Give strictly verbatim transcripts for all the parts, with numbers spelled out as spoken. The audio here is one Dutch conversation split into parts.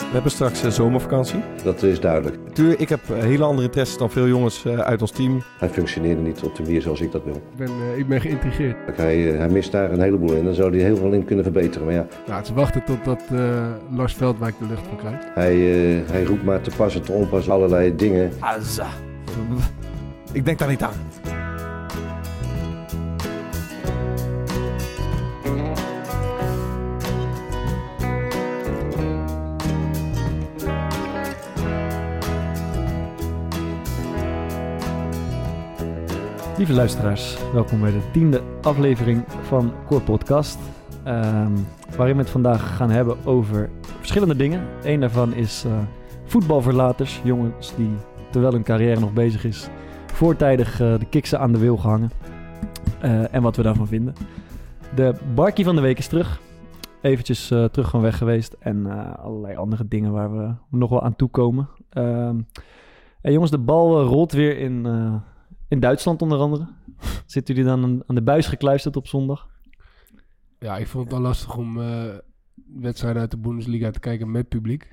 We hebben straks uh, zomervakantie. Dat is duidelijk. Tuurlijk, ik heb uh, hele andere interesses dan veel jongens uh, uit ons team. Hij functioneerde niet op de manier zoals ik dat wil. Ik ben, uh, ik ben geïntrigeerd. Hij, uh, hij mist daar een heleboel in. Dan zou hij heel veel in kunnen verbeteren. Maar ja. Nou, het is wachten totdat uh, Lars Veldwijk de lucht van krijgt. Hij, uh, hij roept maar te pas en te onpas allerlei dingen. Azza. Ik denk daar niet aan. Lieve luisteraars, welkom bij de tiende aflevering van Core Podcast. Um, waarin we het vandaag gaan hebben over verschillende dingen. Eén daarvan is uh, voetbalverlaters. Jongens die, terwijl hun carrière nog bezig is, voortijdig uh, de kiksen aan de wil gehangen. Uh, en wat we daarvan vinden. De Barkie van de week is terug. Eventjes uh, terug van weg geweest. En uh, allerlei andere dingen waar we nog wel aan toekomen. Uh, en jongens, de bal uh, rolt weer in... Uh, In Duitsland onder andere. Zitten jullie dan aan de buis gekluisterd op zondag? Ja, ik vond het al lastig om uh, wedstrijden uit de Bundesliga te kijken met publiek.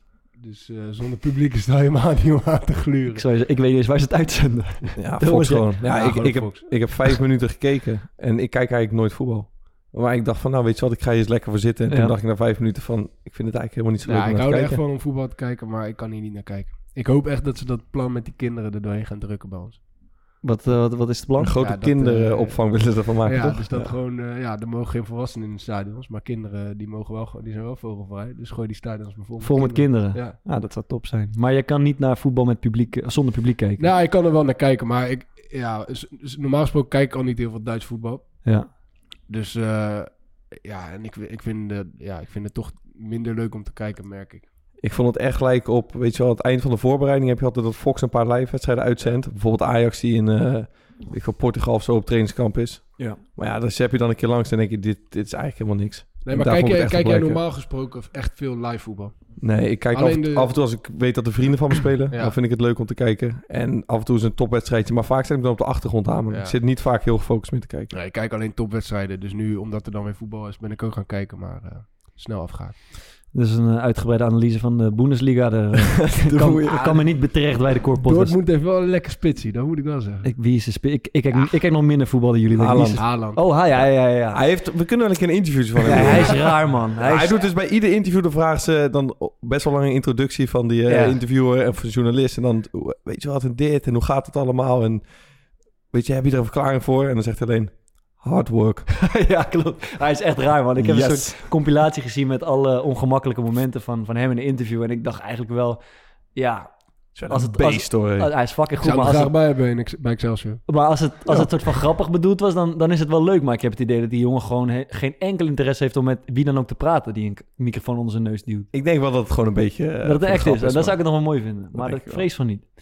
Dus uh, zonder publiek is het helemaal niet om aan te gluren. Ik, zou je, ik weet niet eens waar ze het uitzenden. Ja, Fox gewoon. Ja, ja, ik, gewoon ik, heb, ik heb vijf minuten gekeken en ik kijk eigenlijk nooit voetbal. Maar ik dacht van, nou weet je wat, ik ga hier eens lekker voor zitten. En ja. toen dacht ik na vijf minuten van, ik vind het eigenlijk helemaal niet zo leuk ja, om ik naar te hou er kijken. echt van om voetbal te kijken, maar ik kan hier niet naar kijken. Ik hoop echt dat ze dat plan met die kinderen er doorheen gaan drukken bij ons. Wat, uh, wat, wat is het plan? Een grote ja, dat, kinderopvang uh, willen ze ervan maken, ja, toch? dus dat ja. gewoon, uh, ja, er mogen geen volwassenen in de stadions, maar kinderen die mogen wel, die zijn wel vogelvrij. Dus gooi die stadions bijvoorbeeld. Vol met kinderen? kinderen. Ja. Ah, dat zou top zijn. Maar je kan niet naar voetbal met publiek, zonder publiek kijken? Nou, ik kan er wel naar kijken, maar ik, ja, normaal gesproken kijk ik al niet heel veel Duits voetbal. Ja. Dus uh, ja, en ik, ik, vind, uh, ja, ik vind het toch minder leuk om te kijken, merk ik. Ik vond het echt lijken op, weet je wel, het eind van de voorbereiding heb je altijd dat Fox een paar live-wedstrijden uitzendt. Bijvoorbeeld Ajax die in uh, ik van Portugal of zo op trainingskamp is. Ja. Maar ja, dan zet je dan een keer langs en denk je, dit, dit is eigenlijk helemaal niks. Nee, maar kijk, jij, kijk jij normaal gesproken echt veel live voetbal? Nee, ik kijk af, de... af en toe als ik weet dat de vrienden van me spelen, ja. dan vind ik het leuk om te kijken. En af en toe is een topwedstrijdje, maar vaak zit ik dan op de achtergrond aan. Ja. Ik zit niet vaak heel gefocust mee te kijken. Nee, ik kijk alleen topwedstrijden. Dus nu, omdat er dan weer voetbal is, ben ik ook gaan kijken, maar uh, snel afgaat. Dus een uh, uitgebreide analyse van de Bundesliga. Er uh, kan, ja, kan me niet beterecht bij de Core Podcast. Dortmund heeft wel een lekker spitsie, dat moet ik wel zeggen. Ik, wie is de spi- ik, ik, kijk, ja. ik kijk nog minder voetbal dan jullie. Haaland. Haaland. Oh, ja, ja, ja, ja. Hij heeft, we kunnen wel een keer een interview van hem ja, doen. Hij is raar, man. Hij, hij is... doet dus bij ieder interview, de vraag ze dan best wel lang een introductie van die uh, ja. interviewer en van de journalist. En dan, weet je wat, en dit en hoe gaat het allemaal? En weet je, heb je er een verklaring voor? En dan zegt hij alleen... Hard work. Ja, klopt. Hij is echt raar, man. Ik heb yes. een soort compilatie gezien met alle ongemakkelijke momenten van, van hem in een interview. En ik dacht eigenlijk wel, ja... Als het beest, hoor. Hij is fucking goed. Ik zou maar hem als graag het, bij hebben bij Excelsior. Maar als het, als ja. het soort van grappig bedoeld was, dan, dan is het wel leuk. Maar ik heb het idee dat die jongen gewoon he, geen enkel interesse heeft om met wie dan ook te praten die een microfoon onder zijn neus duwt. Ik denk wel dat het gewoon een beetje... Uh, dat het echt is. is. En dat zou ik het nog wel mooi vinden. Maar dat ik vrees van niet.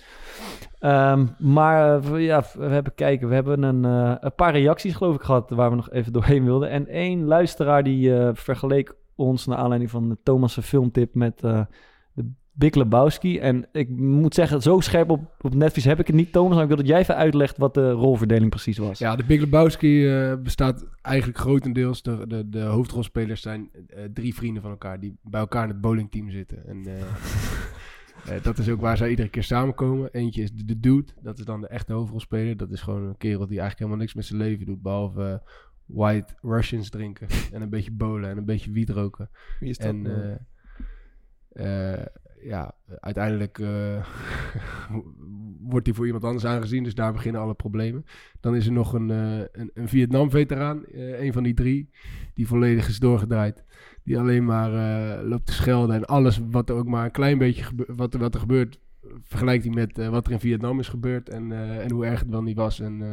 Um, maar uh, ja, we hebben kijken. We hebben een, uh, een paar reacties geloof ik gehad waar we nog even doorheen wilden. En één luisteraar die uh, vergeleek ons naar aanleiding van de Thomas' filmtip met uh, de Big Lebowski. En ik moet zeggen, zo scherp op, op Netflix heb ik het niet, Thomas. Maar ik wil dat jij even uitlegt wat de rolverdeling precies was. Ja, de Big Lebowski uh, bestaat eigenlijk grotendeels. De, de, de hoofdrolspelers zijn uh, drie vrienden van elkaar die bij elkaar in het bowlingteam zitten. En... Uh, Uh, dat is ook waar zij iedere keer samenkomen. Eentje is de, de Dude. Dat is dan de echte hoofdrolspeler. Dat is gewoon een kerel die eigenlijk helemaal niks met zijn leven doet. Behalve uh, White Russians drinken. En een beetje bowlen en een beetje wiet roken. Wie is dat? En uh, uh, ja, uiteindelijk uh, wordt hij voor iemand anders aangezien. Dus daar beginnen alle problemen. Dan is er nog een, uh, een, een Vietnam-veteraan. Uh, een van die drie. Die volledig is doorgedraaid. Die alleen maar uh, loopt te schelden. En alles wat er ook maar een klein beetje gebe- wat, er, wat er gebeurt, vergelijkt hij met uh, wat er in Vietnam is gebeurd. En, uh, en hoe erg het wel niet was. En, uh,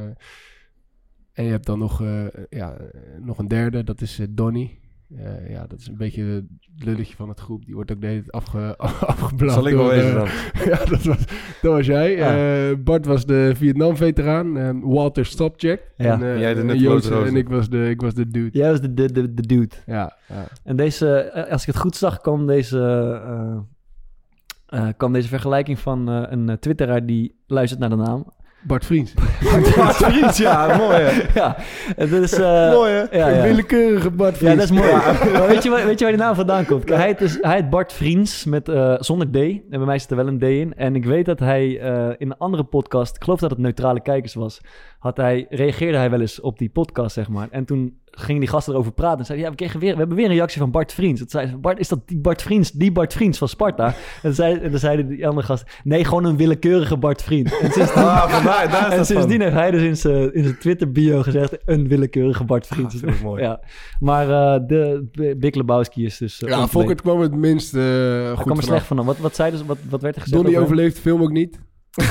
en je hebt dan nog, uh, ja, nog een derde. Dat is uh, Donnie. Uh, ja, dat is een beetje het lulletje van het groep. Die wordt ook de hele tijd afge, afgeblazen. Zal ik wel weten dan. Ja, dat was, dat was jij. Ja. Uh, Bart was de Vietnam-veteraan. Uh, Walter Stopcheck. Ja. En, uh, jij de Joost en ik was de, ik was de dude. Jij was de, de, de, de dude. Ja, ja. En deze, als ik het goed zag, kwam deze, uh, uh, kwam deze vergelijking van uh, een twitteraar die luistert naar de naam. Bart Vriends. Bart Vriends, ja, mooi hè. Ja, het is... Uh, mooi hè. Ja, een ja. willekeurige Bart Vriends. Ja, dat is mooi. Ja. Maar weet je, waar, weet je waar die naam vandaan komt? Kijk, hij, heet dus, hij heet Bart Vriends met, uh, zonder D. En bij mij zit er wel een D in. En ik weet dat hij uh, in een andere podcast, ik geloof dat het Neutrale Kijkers was, had hij, reageerde hij wel eens op die podcast, zeg maar. En toen gingen die gasten erover praten en zeiden, ja, we, kregen weer, we hebben weer een reactie van Bart Vriends. Dat zei, Bart, is dat die Bart Vriends, die Bart Vriends van Sparta? En dan, zei, en dan zeiden die andere gasten, nee, gewoon een willekeurige Bart Vriends. En sindsdien, ah, vandaar, daar is en dat sindsdien heeft hij dus in zijn, in zijn Twitter bio gezegd, een willekeurige Bart Vriends. Ah, dat vind ik mooi. Ja. Maar uh, de, de Big Lebowski is dus... Uh, ja, Fokker kwam het minst uh, goed kwam er slecht vanaf. Wat, wat, zeiden ze, wat, wat werd er gezegd? Donnie over overleeft de film ook niet.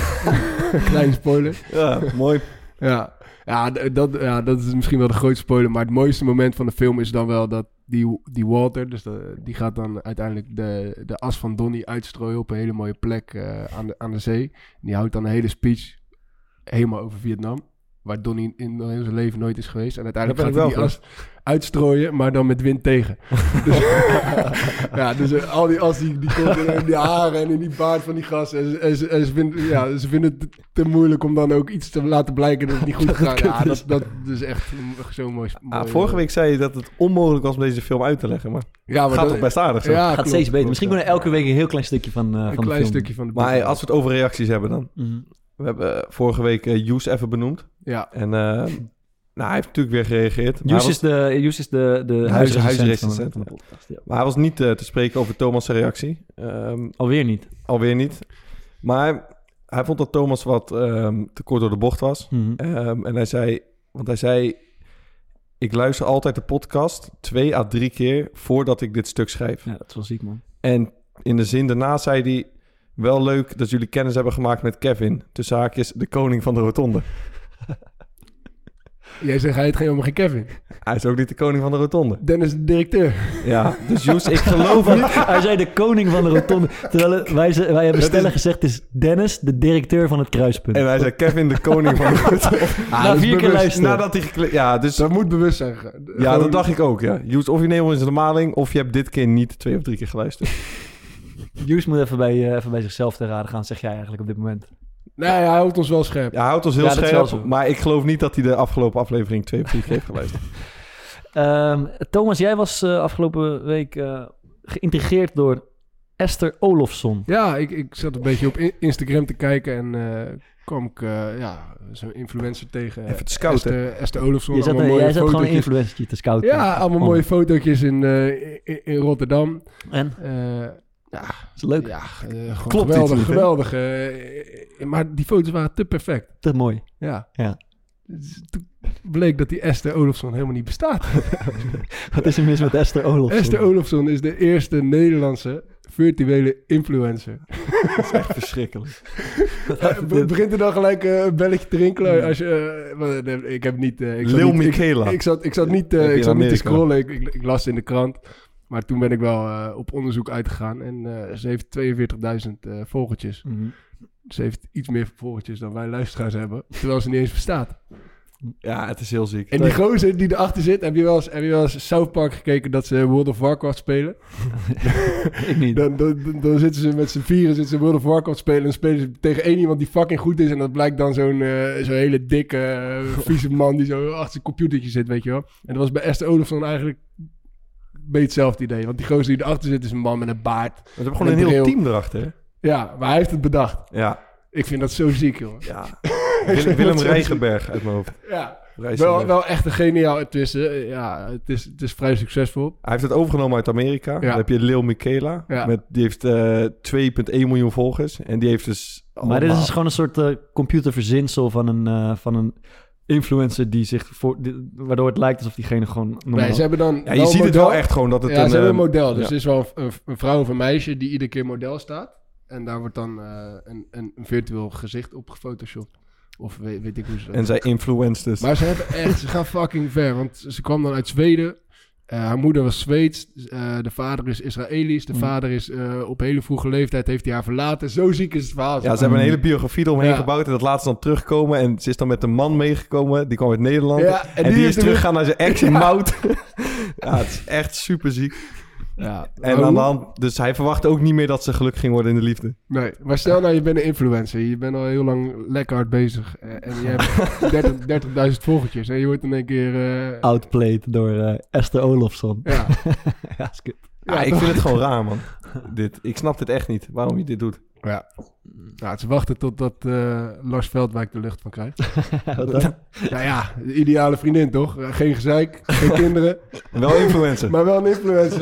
Kleine spoiler. Ja, mooi. Ja. Ja, d- dat, ja, dat is misschien wel de grootste spoiler. Maar het mooiste moment van de film is dan wel dat die, die Walter... Dus de, die gaat dan uiteindelijk de, de as van Donnie uitstrooien op een hele mooie plek uh, aan, de, aan de zee. En die houdt dan een hele speech helemaal over Vietnam. Waar Donnie in, in zijn leven nooit is geweest. En uiteindelijk gaat hij die as uitstrooien, maar dan met wind tegen. dus, ja, dus uh, al die as die, die komt in die haren en in die baard van die gasten. En, en, en ze, vinden, ja, ze vinden het te moeilijk om dan ook iets te laten blijken dat het niet goed gaat. Ja, dat, dat is echt zo mooi. Ah, vorige week zei je dat het onmogelijk was om deze film uit te leggen, maar, ja, maar gaat dat, toch best aardig zo? Ja, gaat klopt, steeds beter. klopt, Misschien ja. kunnen we elke week een heel klein stukje van, uh, een van klein de film. stukje van de Maar hey, als we het over reacties hebben dan. Mm-hmm. We hebben vorige week uh, Joes even benoemd. Ja. En uh, nou, hij heeft natuurlijk weer gereageerd. Joes is de, Joes is de, de Huis- huisrecensent huisrecensent, van, de- van de podcast. Ja. Maar hij was niet uh, te spreken over Thomas' reactie. Um, Alweer niet. alweer niet. Maar hij vond dat Thomas wat um, te kort door de bocht was. Mm-hmm. Um, en hij zei... Want hij zei... Ik luister altijd de podcast twee à drie keer voordat ik dit stuk schrijf. Ja, dat is wel ziek, man. En in de zin daarna zei hij... Wel leuk dat jullie kennis hebben gemaakt met Kevin. Tussen haakjes, de koning van de rotonde. Jij zegt, hij heet helemaal geen Kevin. Hij is ook niet de koning van de rotonde. Dennis de directeur. Ja, dus Joes, ik geloof niet. Hij zei de koning van de rotonde. Terwijl het- wij, ze- wij hebben stellen gezegd, het is Dennis, de directeur van het kruispunt. En hij zei Kevin, de koning van de rotonde. Ah, Na dat is vier keer bewust. luisteren. Nadat hij gekle- Ja, dus... Dat moet bewust zijn. gegaan. Ja, Gewoon- dat dacht ik ook, ja. Joes, of je neemt ons in de maling... of je hebt dit keer niet twee of drie keer geluisterd. Joes moet even bij, uh, even bij zichzelf te raden gaan, zeg jij eigenlijk op dit moment. Nee, hij houdt ons wel scherp. Ja, hij houdt ons heel Ja, dat is wel scherp. zo. Maar ik geloof niet dat hij de afgelopen aflevering twee of drie keer heeft geluisterd. Um, Thomas, jij was uh, afgelopen week uh, geïntrigeerd door Esther Olofsson. Ja, ik, ik zat een beetje op in- Instagram te kijken en uh, kwam ik uh, ja, zo'n influencer tegen. Even te scouten. Esther, Esther Olofsson. Je zat, allemaal uh, mooie jij zat gewoon een fotootjes. influencertje te scouten. Ja, allemaal Oh. mooie fotootjes in, uh, in, in Rotterdam. En? Uh, ja, Is het leuk? ja uh, gewoon Klopt geweldig, iets niet, hè? geweldig. Uh, maar die foto's waren te perfect. Te mooi. Ja. Ja. Dus toen bleek dat die Esther Olofsson helemaal niet bestaat. Wat is er mis met Esther Olofsson? Esther Olofsson is de eerste Nederlandse virtuele influencer. Dat is echt verschrikkelijk. Uh, be- begint er dan gelijk uh, een belletje te rinkelen als je... Uh, well, nee, ik heb niet... Uh, ik zat Lil niet, Michaela. Ik, ik, zat, ik zat niet, uh, Heb je ik in zat niet te Amerika? scrollen. Ik, ik, ik las het in de krant. Maar toen ben ik wel uh, op onderzoek uitgegaan. En uh, ze heeft tweeënveertigduizend uh, volgertjes. Mm-hmm. Ze heeft iets meer volgertjes dan wij luisteraars hebben. Terwijl ze niet eens bestaat. Ja, het is heel ziek. En die gozer die erachter zit... Heb je wel eens, heb je wel eens South Park gekeken dat ze World of Warcraft spelen? Ik niet. Dan, dan, dan, dan zitten ze met z'n vieren zitten ze World of Warcraft spelen... en spelen ze tegen één iemand die fucking goed is... en dat blijkt dan zo'n uh, zo'n hele dikke, uh, vieze man... die zo achter zijn computertje zit, weet je wel. En dat was bij Esther Olofsson eigenlijk... een beetje hetzelfde idee. Want die gozer die erachter zit is een man met een baard. We hebben gewoon een Een heel bril. team erachter, hè? Ja, maar hij heeft het bedacht. Ja. Ik vind dat zo ziek, joh. ja. Ik Willem, vind Willem dat zo Rijgenberg uit mijn hoofd. ziek. Ja, Rijgenberg. wel, wel echt een geniaal. Het is, uh, ja, het is, het is vrij succesvol. Hij heeft het overgenomen uit Amerika. Ja. Dan heb je Lil Michaela. Ja. Met, die heeft uh, twee komma één miljoen volgers. En die heeft dus Maar dit allemaal- is dus gewoon een soort uh, computerverzinsel van een, uh, van een influencer die zich voor, die, waardoor het lijkt alsof diegene gewoon normaal... Nee, ze hebben dan Ja, je wel ziet een het model. wel echt gewoon dat het Ja, een... ze hebben eh, een model. Dus ja. het is wel een, een vrouw of een meisje die iedere keer model staat. En daar wordt dan uh, een, een, een virtueel gezicht op gefotoshopt. Of weet, weet ik hoe ze dat En zij influenced dus. Maar ze hebben echt, ze gaan fucking ver. Want ze kwam dan uit Zweden. Uh, haar moeder was Zweeds. Uh, de vader is Israëlisch. De Mm. vader is uh, op hele vroege leeftijd heeft hij haar verlaten. Zo ziek is het verhaal. Ja, ze hebben een hele biografie eromheen Ja. gebouwd en dat laat ze dan terugkomen. En ze is dan met een man meegekomen, die kwam uit Nederland. Ja, en, die, heeft is hem teruggegaan naar zijn ex in Ja. Mout. Ja, het is echt super ziek. Ja, En maar aan de hoe- hand, dus hij verwacht ook niet meer dat ze gelukkig ging worden in de liefde. Nee, maar stel nou, je bent een influencer. Je bent al heel lang lekker hard bezig. eh, En je hebt dertig dertigduizend volgertjes. En je wordt in een keer... eh, Outplayed door uh, Esther Olofsson. ja, ja, is kut. Ja, Ja, ik toch? vind het gewoon raar, man. Dit, ik snap dit echt niet, waarom je dit doet. ja. Nou, ze wachten totdat uh, Lars Veldwijk de lucht van krijgt. Wat dan? Nou ja, de ideale vriendin toch? Uh, geen gezeik, geen kinderen, Wel influencer. maar wel een influencer.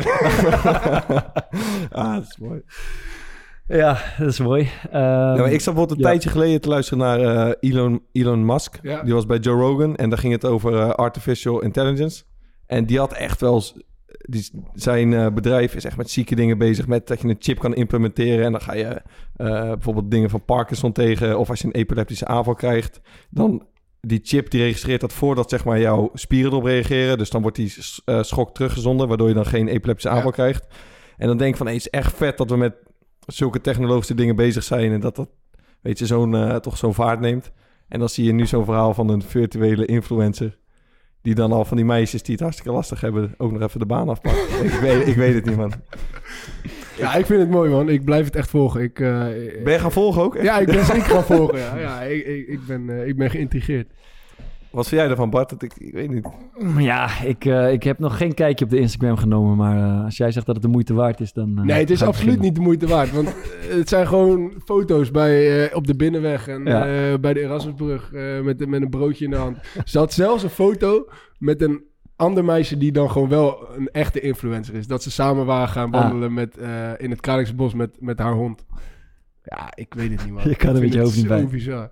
Ah, dat is mooi. Ja, dat is mooi. Um, Ja, maar ik zat bijvoorbeeld een ja. tijdje geleden te luisteren naar uh, Elon, Elon Musk. Ja. Die was bij Joe Rogan en daar ging het over uh, artificial intelligence. En die had echt wel... s- Die, zijn uh, bedrijf is echt met zieke dingen bezig. Met dat je een chip kan implementeren. En dan ga je uh, bijvoorbeeld dingen van Parkinson tegen. Of als je een epileptische aanval krijgt. Dan die chip die registreert dat voordat zeg maar jouw spieren erop reageren. Dus dan wordt die uh, schok teruggezonden. Waardoor je dan geen epileptische aanval Ja. krijgt. En dan denk ik van... Hey, het is echt vet dat we met zulke technologische dingen bezig zijn. En dat dat, weet je, zo'n, uh, toch zo'n vaart neemt. En dan zie je nu zo'n verhaal van een virtuele influencer... die dan al van die meisjes die het hartstikke lastig hebben... ook nog even de baan afpakt. ik, weet, ik weet het niet, man. Ja, ik vind het mooi man. Ik blijf het echt volgen. Ik, uh, Ben je gaan volgen ook? Echt? Ja, ik ben zeker gaan volgen. Ja, ja ik, ik, ik, ben, uh, ik ben geïntrigeerd. Wat vind jij ervan, Bart? Dat ik, ik weet niet. Ja, ik, uh, ik heb nog geen kijkje op de Instagram genomen. Maar uh, als jij zegt dat het de moeite waard is, dan... Uh, Nee, het is ga ik absoluut beginnen. niet de moeite waard. Want uh, het zijn gewoon foto's bij, uh, op de Binnenweg en Ja. uh, bij de Erasmusbrug uh, met, met een broodje in de hand. Ze had zelfs een foto met een ander meisje die dan gewoon wel een echte influencer is. Dat ze samen waren gaan wandelen met, uh, in het Kralingse Bos met, met haar hond. Ja, ik weet het niet, man. Je kan er Ik met je vind hoofd niet het bij. zo bizar.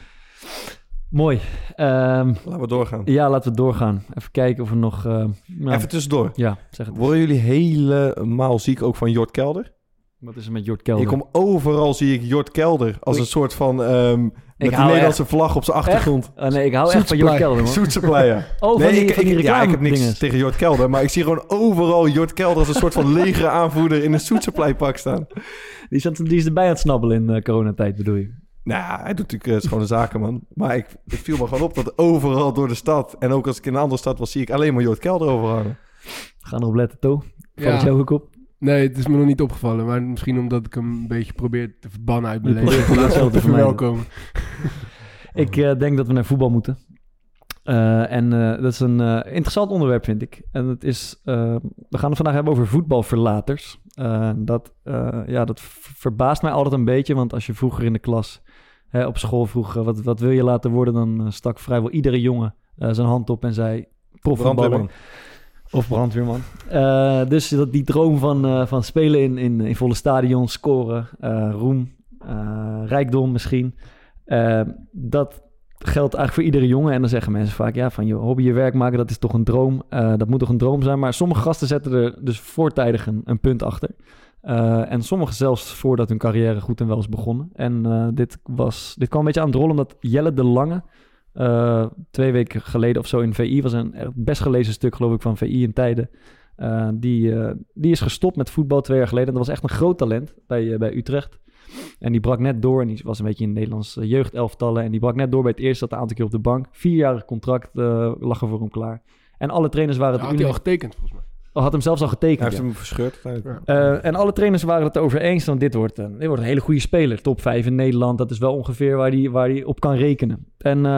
Mooi. Um, Laten we doorgaan. ja, laten we doorgaan. Even kijken of we nog... Uh, nou, Even tussendoor. ja, zeg het. Worden jullie helemaal ziek ook van Jort Kelder? Wat is er met Jort Kelder? Ik kom overal, zie ik Jort Kelder als Ik- een soort van... Um, met de hou Nederlandse vlag op zijn achtergrond. Oh, nee, ik hou echt van Jort Zoetsupply. Kelder, man. Zoetsupply, ja. Oh, van Nee, die, ik, van die ik, ja, ik heb niks reclame-dinges. tegen Jort Kelder, maar ik zie gewoon overal Jort Kelder als een soort van legere aanvoerder in een Zoetsupply pak staan. Die, zat, die is erbij aan het snabbelen in uh, coronatijd, bedoel je? Nou ja, hij doet natuurlijk uh, schone zaken, man. Maar ik, het viel me gewoon op dat overal door de stad... en ook als ik in een andere stad was, zie ik alleen maar Jort Kelder overhangen. Ga erop letten, To. Valt het Ja. jou ook op? Nee, het is me nog niet opgevallen. Maar misschien omdat ik hem een beetje probeer te verbannen uit mijn Je leven. probeert In plaats van het te te vermijden. verwelkomen. Ik uh, denk dat we naar voetbal moeten. Uh, en uh, dat is een uh, interessant onderwerp, vind ik. En het is, uh, we gaan het vandaag hebben over voetbalverlaters. Uh, dat, uh, ja, dat verbaast mij altijd een beetje, want als je vroeger in de klas hè, op school vroeg... Uh, wat, wat wil je laten worden, dan uh, stak vrijwel iedere jongen uh, zijn hand op en zei... profvoetballer Brandweerman. of brandweerman. Uh, dus dat, die droom van, uh, van spelen in, in, in volle stadions, scoren, uh, roem, uh, rijkdom misschien... Uh, dat geldt eigenlijk voor iedere jongen. En dan zeggen mensen vaak, ja, van je hobby je werk maken, dat is toch een droom. Uh, dat moet toch een droom zijn. Maar sommige gasten zetten er dus voortijdig een, een punt achter. Uh, en sommigen zelfs voordat hun carrière goed en wel is begonnen. En uh, dit, was, dit kwam een beetje aan het rollen omdat Jelle de Lange... Uh, twee weken geleden of zo in V I... was een best gelezen stuk, geloof ik, van V I in tijden. Uh, die, uh, die is gestopt met voetbal twee jaar geleden. Dat was echt een groot talent bij, uh, bij Utrecht. En die brak net door en die was een beetje in het Nederlands jeugdelftallen. En die brak net door bij het eerste, zat een aantal keer op de bank. Vierjarig contract uh, lag er voor hem klaar. En alle trainers waren... Ja, het had hij al uni- getekend, volgens mij. Oh, had hem zelfs al getekend, Hij heeft ja. hem verscheurd. Ja. Uh, en alle trainers waren het erover eens. Dan dit wordt, een, dit wordt een hele goede speler. Top vijf in Nederland. Dat is wel ongeveer waar hij waar die op kan rekenen. En uh,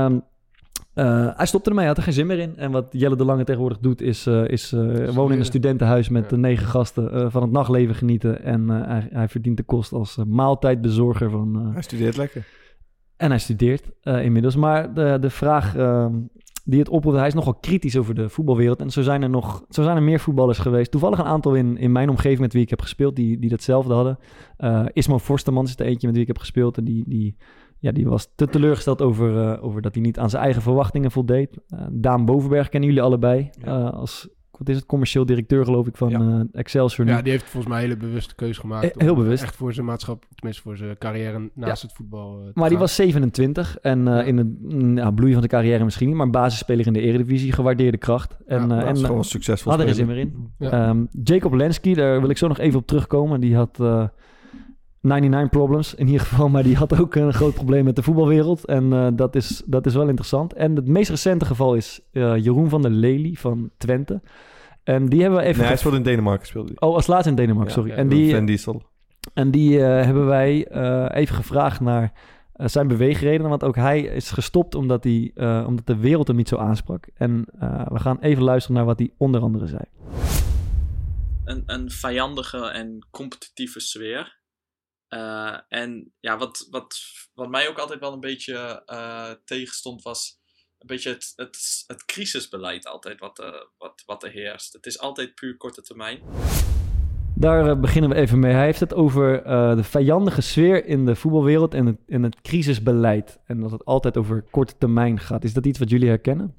uh, hij stopte ermee. Hij had er geen zin meer in. En wat Jelle de Lange tegenwoordig doet... is, uh, is uh, wonen in een studentenhuis met Ja. uh, negen gasten. Uh, van het nachtleven genieten. En uh, hij, hij verdient de kost als uh, maaltijdbezorger van... Uh, Hij studeert lekker. en hij studeert uh, inmiddels. Maar de, de vraag uh, die het oproept... hij is nogal kritisch over de voetbalwereld. En zo zijn er nog zo zijn er meer voetballers geweest. Toevallig een aantal in, in mijn omgeving met wie ik heb gespeeld... die, die datzelfde hadden. Uh, Ismo Forstermans is er eentje met wie ik heb gespeeld. En die, die, ja, die was te teleurgesteld over, uh, over dat hij niet aan zijn eigen verwachtingen voldeed. Uh, Daan Bovenberg kennen jullie allebei. Ja. Uh, als, wat is het, commercieel directeur geloof ik van Ja. uh, Excelsior nu. Ja, die heeft volgens mij een hele bewuste keuze gemaakt. Eh, heel om bewust. Echt voor zijn maatschap, tenminste voor zijn carrière naast het voetbal. uh, te Maar die gaan. was zevenentwintig en uh, Ja. in het mm, ja, bloei van de carrière misschien niet, maar basisspeler in de Eredivisie, gewaardeerde kracht. En, Ja, uh, Dat en is uh, gewoon een succesvol had er speler. zin meer in. Ja. Um, Jacob Lenski, daar wil ik zo nog even op terugkomen. Die had uh, negenennegentig problems in ieder geval, maar die had ook een groot probleem met de voetbalwereld. En uh, dat, is, dat is wel interessant. En het meest recente geval is uh, Jeroen van der Lely van Twente. En die hebben we even... Nee, hij speelde in Denemarken. Speelde hij. Oh, als laatste in Denemarken, sorry. Ja, en die, Van Diesel. En die uh, hebben wij uh, even gevraagd naar uh, zijn beweegredenen. Want ook hij is gestopt omdat, hij, uh, omdat de wereld hem niet zo aansprak. En uh, we gaan even luisteren naar wat hij onder andere zei. Een, een vijandige en competitieve sfeer. Uh, en ja, wat, wat, wat mij ook altijd wel een beetje uh, tegenstond was een beetje het, het, het crisisbeleid altijd wat, uh, wat, wat er heerst. Het is altijd puur korte termijn. Daar uh, beginnen we even mee. Hij heeft het over uh, de vijandige sfeer in de voetbalwereld en het, en het crisisbeleid. En dat het altijd over korte termijn gaat. Is dat iets wat jullie herkennen?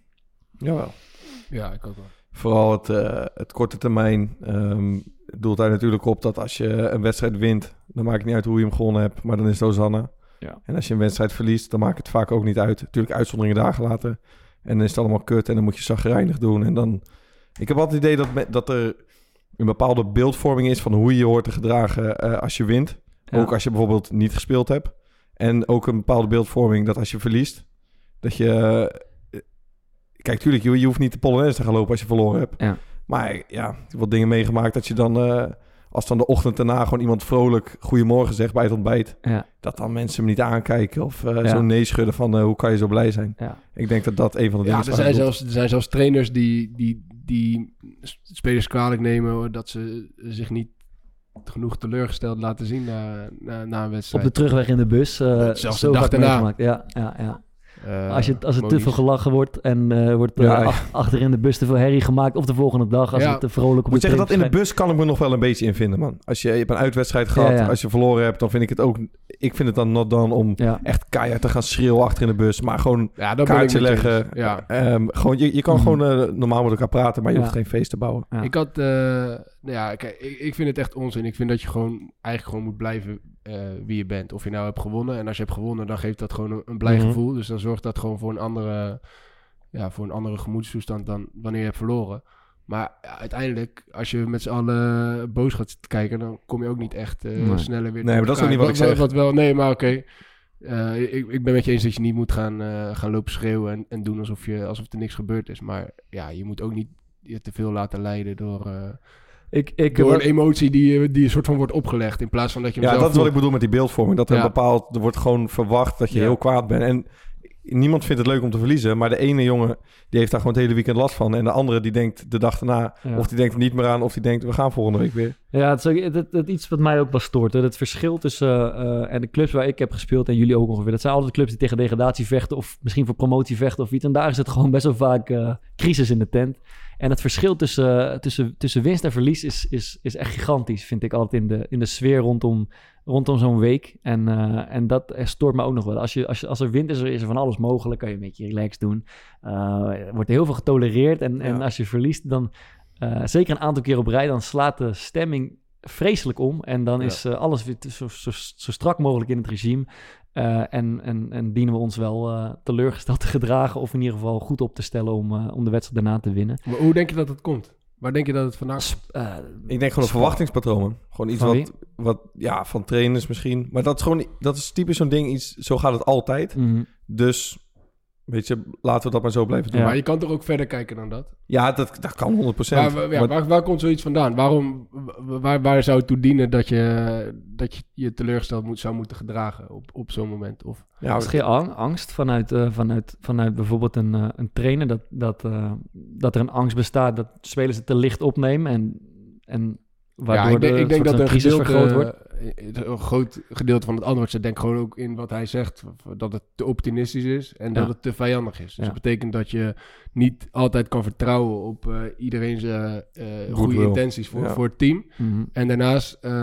Jawel. Ja, ik ook wel. Vooral het, uh, het korte termijn um, doelt daar natuurlijk op dat als je een wedstrijd wint, dan maakt het niet uit hoe je hem gewonnen hebt, maar dan is het Hosanna. Ja. En als je een wedstrijd verliest, dan maakt het vaak ook niet uit. Natuurlijk uitzonderingen daar gelaten. En dan is het allemaal kut en dan moet je chagrijnig doen. En dan... Ik heb altijd het idee dat, me, dat er een bepaalde beeldvorming is van hoe je je hoort te gedragen uh, als je wint. Ja. Ook als je bijvoorbeeld niet gespeeld hebt. En ook een bepaalde beeldvorming dat als je verliest, dat je... Uh, kijk, tuurlijk, je, je hoeft niet de Polonaise te gaan lopen als je verloren hebt. Ja. Maar ja, ik heb wat dingen meegemaakt dat je dan... Uh, als dan de ochtend daarna gewoon iemand vrolijk goedemorgen zegt bij het ontbijt... Ja. Dat dan mensen me niet aankijken of uh, ja. zo nee schudden van uh, hoe kan je zo blij zijn. Ja. Ik denk dat dat een van de dingen ja, is. Er zijn, zelfs, er zijn zelfs trainers die, die, die spelers kwalijk nemen dat ze zich niet genoeg teleurgesteld laten zien na, na, na een wedstrijd. Op de terugweg in de bus. Uh, zelfs de dag daarna. Ja, ja, ja. Uh, als, je, als het te veel gelachen wordt en uh, wordt uh, ja, ja. achter in de bus te veel herrie gemaakt... of de volgende dag als ja. het te vrolijk op moet zeggen dat in de bus kan ik me nog wel een beetje in vinden, man. Als je, je hebt een uitwedstrijd gehad, ja, ja. als je verloren hebt... dan vind ik het ook... Ik vind het dan not dan om ja. echt keihard te gaan schreeuwen achter in de bus... maar gewoon ja, kaartje leggen. Ja. Um, gewoon, je, je kan mm. gewoon uh, normaal met elkaar praten... maar je ja. hoeft geen feest te bouwen. Ja. Ik had... Uh, ja, kijk, ik, ik vind het echt onzin. Ik vind dat je gewoon eigenlijk gewoon moet blijven... Uh, wie je bent, of je nou hebt gewonnen. En als je hebt gewonnen, dan geeft dat gewoon een, een blij mm-hmm. gevoel. Dus dan zorgt dat gewoon voor een andere, ja, voor een andere gemoedstoestand dan wanneer je hebt verloren. Maar ja, uiteindelijk, als je met z'n allen boos gaat kijken, dan kom je ook niet echt uh, nee. sneller weer. Nee, maar dat is ook niet wat, wat ik zeg. Wat wel, nee, maar oké. Okay. Uh, ik, ik ben met je eens dat je niet moet gaan, uh, gaan lopen schreeuwen en, en doen alsof, je, alsof er niks gebeurd is. Maar ja, je moet ook niet je te veel laten leiden door... Uh, Ik, ik, Door een emotie die, die een soort van wordt opgelegd. In plaats van dat je Ja, dat is wat ik bedoel met die beeldvorming. Dat er ja. een bepaald... Er wordt gewoon verwacht dat je ja. heel kwaad bent. En niemand vindt het leuk om te verliezen. Maar de ene jongen, die heeft daar gewoon het hele weekend last van. En de andere, die denkt de dag daarna... Ja. Of die denkt er niet meer aan. Of die denkt, we gaan volgende week weer. Ja, het is ook, het, het, het, iets wat mij ook wel stoort. Het verschil tussen... Uh, en de clubs waar ik heb gespeeld... En jullie ook ongeveer. Dat zijn altijd clubs die tegen degradatie vechten. Of misschien voor promotie vechten of iets. En daar is het gewoon best wel vaak uh, crisis in de tent. En het verschil tussen, tussen, tussen winst en verlies is, is, is echt gigantisch, vind ik altijd in de, in de sfeer rondom, rondom zo'n week. En, uh, en dat stoort me ook nog wel. Als, je, als, je, als er wint is, er, is er van alles mogelijk. Kan je een beetje relaxed doen. Uh, er wordt heel veel getolereerd. En, ja. en als je verliest, dan uh, zeker een aantal keer op rij, dan slaat de stemming vreselijk om. En dan ja. is uh, alles weer zo, zo, zo strak mogelijk in het regime. Uh, en, en, en dienen we ons wel uh, teleurgesteld te gedragen... of in ieder geval goed op te stellen om, uh, om de wedstrijd daarna te winnen. Maar hoe denk je dat het komt? Waar denk je dat het vandaan komt? Uh, ik denk gewoon een verwachtingspatroon. Gewoon iets wat, wat... Ja, van trainers misschien. Maar dat is gewoon... Dat is typisch zo'n ding. Iets, zo gaat het altijd. Mm-hmm. Dus... Weet je, laten we dat maar zo blijven doen. Ja. Maar je kan toch ook verder kijken dan dat? Ja, dat, dat kan honderd procent. Maar, ja, maar... waar, waar komt zoiets vandaan? Waarom, waar, waar zou het toe dienen dat je dat je, je teleurgesteld moet, zou moeten gedragen op, op zo'n moment? Of... Ja, is geen angst vanuit, uh, vanuit, vanuit bijvoorbeeld een, uh, een trainer... Dat, dat, uh, dat er een angst bestaat dat spelers het te licht opnemen... en, en waardoor ja, ik denk, de, ik denk dat een gedeelte, vergroot wordt. Een groot gedeelte van het antwoord zit denk ik gewoon ook in wat hij zegt. Dat het te optimistisch is en dat ja. het te vijandig is. Dus ja. dat betekent dat je niet altijd kan vertrouwen op uh, iedereen's uh, uh, goede will. intenties voor, ja. voor het team. Mm-hmm. En daarnaast uh,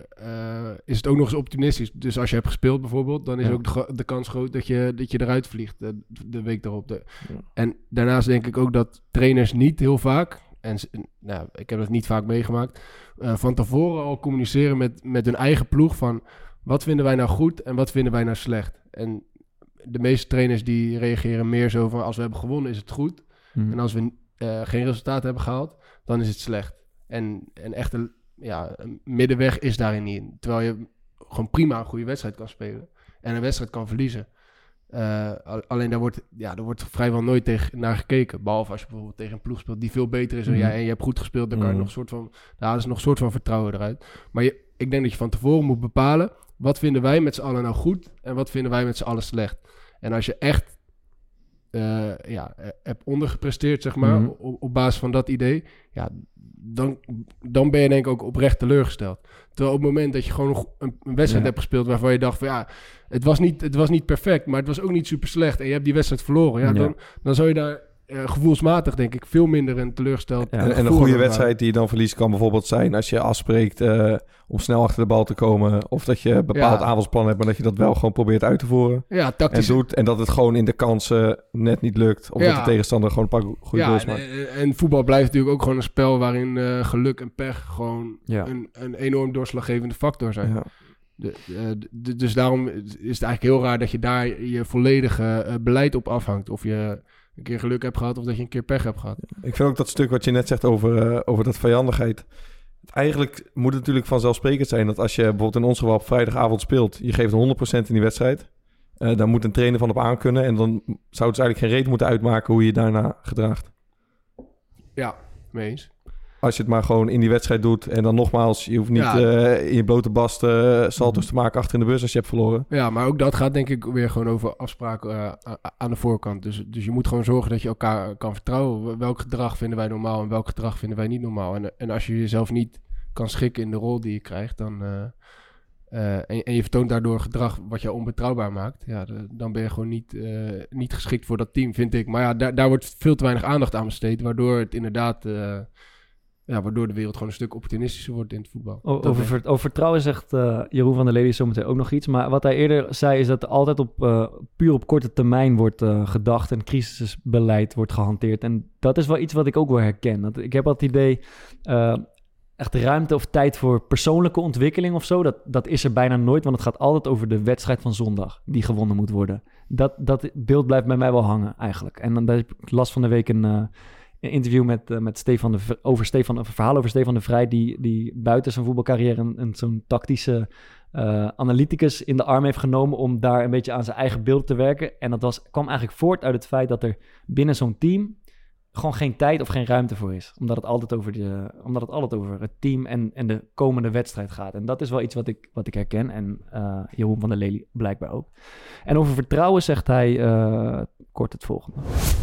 uh, is het ook nog eens optimistisch. Dus als je hebt gespeeld bijvoorbeeld, dan is ja. ook de, de kans groot dat je, dat je eruit vliegt de, de week daarop. De. Ja. En daarnaast denk ik ook dat trainers niet heel vaak... En nou, ik heb dat niet vaak meegemaakt. Uh, van tevoren al communiceren met, met hun eigen ploeg van... wat vinden wij nou goed en wat vinden wij nou slecht? En de meeste trainers die reageren meer zo van... als we hebben gewonnen is het goed. Hmm. En als we uh, geen resultaat hebben gehaald, dan is het slecht. En, en echt een, ja, een middenweg is daarin niet in. Terwijl je gewoon prima een goede wedstrijd kan spelen. En een wedstrijd kan verliezen. Uh, alleen daar wordt, ja, daar wordt vrijwel nooit tegen naar gekeken. Behalve als je bijvoorbeeld tegen een ploeg speelt die veel beter is dan mm. jij en je hebt goed gespeeld, dan kan je mm. nog een soort van, daar halen ze nog een soort van vertrouwen eruit. Maar je, ik denk dat je van tevoren moet bepalen, wat vinden wij met z'n allen nou goed en wat vinden wij met z'n allen slecht. En als je echt uh, ja, hebt ondergepresteerd, zeg maar, mm. op, op basis van dat idee, ja, dan, dan ben je denk ik ook oprecht teleurgesteld. Terwijl op het moment dat je gewoon nog een, een wedstrijd ja. hebt gespeeld waarvan je dacht van ja, het was, niet, het was niet perfect, maar het was ook niet super slecht en je hebt die wedstrijd verloren. Ja, ja. Dan, dan zou je daar uh, gevoelsmatig denk ik veel minder en teleurgesteld. Ja. En, en een goede wedstrijd die je dan verliest kan bijvoorbeeld zijn als je afspreekt uh, om snel achter de bal te komen of dat je een bepaald ja. aanvalsplan hebt, maar dat je dat wel gewoon probeert uit te voeren. Ja, tactisch. En doet en dat het gewoon in de kansen net niet lukt of ja. dat de tegenstander gewoon een paar goede ja, goals maakt. En, en voetbal blijft natuurlijk ook gewoon een spel waarin uh, geluk en pech gewoon ja. een, een enorm doorslaggevende factor zijn. Ja. De, de, de, dus daarom is het eigenlijk heel raar dat je daar je volledige uh, beleid op afhangt. Of je een keer geluk hebt gehad of dat je een keer pech hebt gehad. Ik vind ook dat stuk wat je net zegt over, uh, over dat vijandigheid. Eigenlijk moet het natuurlijk vanzelfsprekend zijn dat als je bijvoorbeeld in ons geval op vrijdagavond speelt, je geeft honderd procent in die wedstrijd. Uh, daar moet een trainer van op aankunnen en dan zou het eigenlijk geen reet moeten uitmaken hoe je je daarna gedraagt. Ja, mee eens. Als je het maar gewoon in die wedstrijd doet. En dan nogmaals, je hoeft niet ja. uh, in je blote bast uh, salto's te maken achter in de bus als je hebt verloren. Ja, maar ook dat gaat denk ik weer gewoon over afspraken uh, aan de voorkant. Dus, dus je moet gewoon zorgen dat je elkaar kan vertrouwen. Welk gedrag vinden wij normaal en welk gedrag vinden wij niet normaal. En, en als je jezelf niet kan schikken in de rol die je krijgt, dan, uh, uh, en, en je vertoont daardoor gedrag wat je onbetrouwbaar maakt, ja, de, dan ben je gewoon niet, uh, niet geschikt voor dat team, vind ik. Maar ja, daar, daar wordt veel te weinig aandacht aan besteed, waardoor het inderdaad... Uh, Ja, waardoor de wereld gewoon een stuk opportunistischer wordt in het voetbal. O, over, ver, over vertrouwen zegt uh, Jeroen van der Lely zometeen ook nog iets. Maar wat hij eerder zei is dat er altijd op, uh, puur op korte termijn wordt uh, gedacht en crisisbeleid wordt gehanteerd. En dat is wel iets wat ik ook wel herken. Dat, ik heb al het idee, uh, echt ruimte of tijd voor persoonlijke ontwikkeling of zo, dat, dat is er bijna nooit. Want het gaat altijd over de wedstrijd van zondag die gewonnen moet worden. Dat, dat beeld blijft bij mij wel hangen eigenlijk. En dan heb ik last van de week een... Uh, Een interview met, uh, met Stefan de, over Stefan, een verhaal over Stefan de Vrij, die, die buiten zijn voetbalcarrière een, een, zo'n tactische uh, analyticus in de arm heeft genomen om daar een beetje aan zijn eigen beeld te werken. En dat was, kwam eigenlijk voort uit het feit dat er binnen zo'n team gewoon geen tijd of geen ruimte voor is. Omdat het altijd over, de, omdat het, altijd over het team en, en de komende wedstrijd gaat. En dat is wel iets wat ik, wat ik herken. En uh, Jeroen van der Lely blijkbaar ook. En over vertrouwen zegt hij uh, kort het volgende.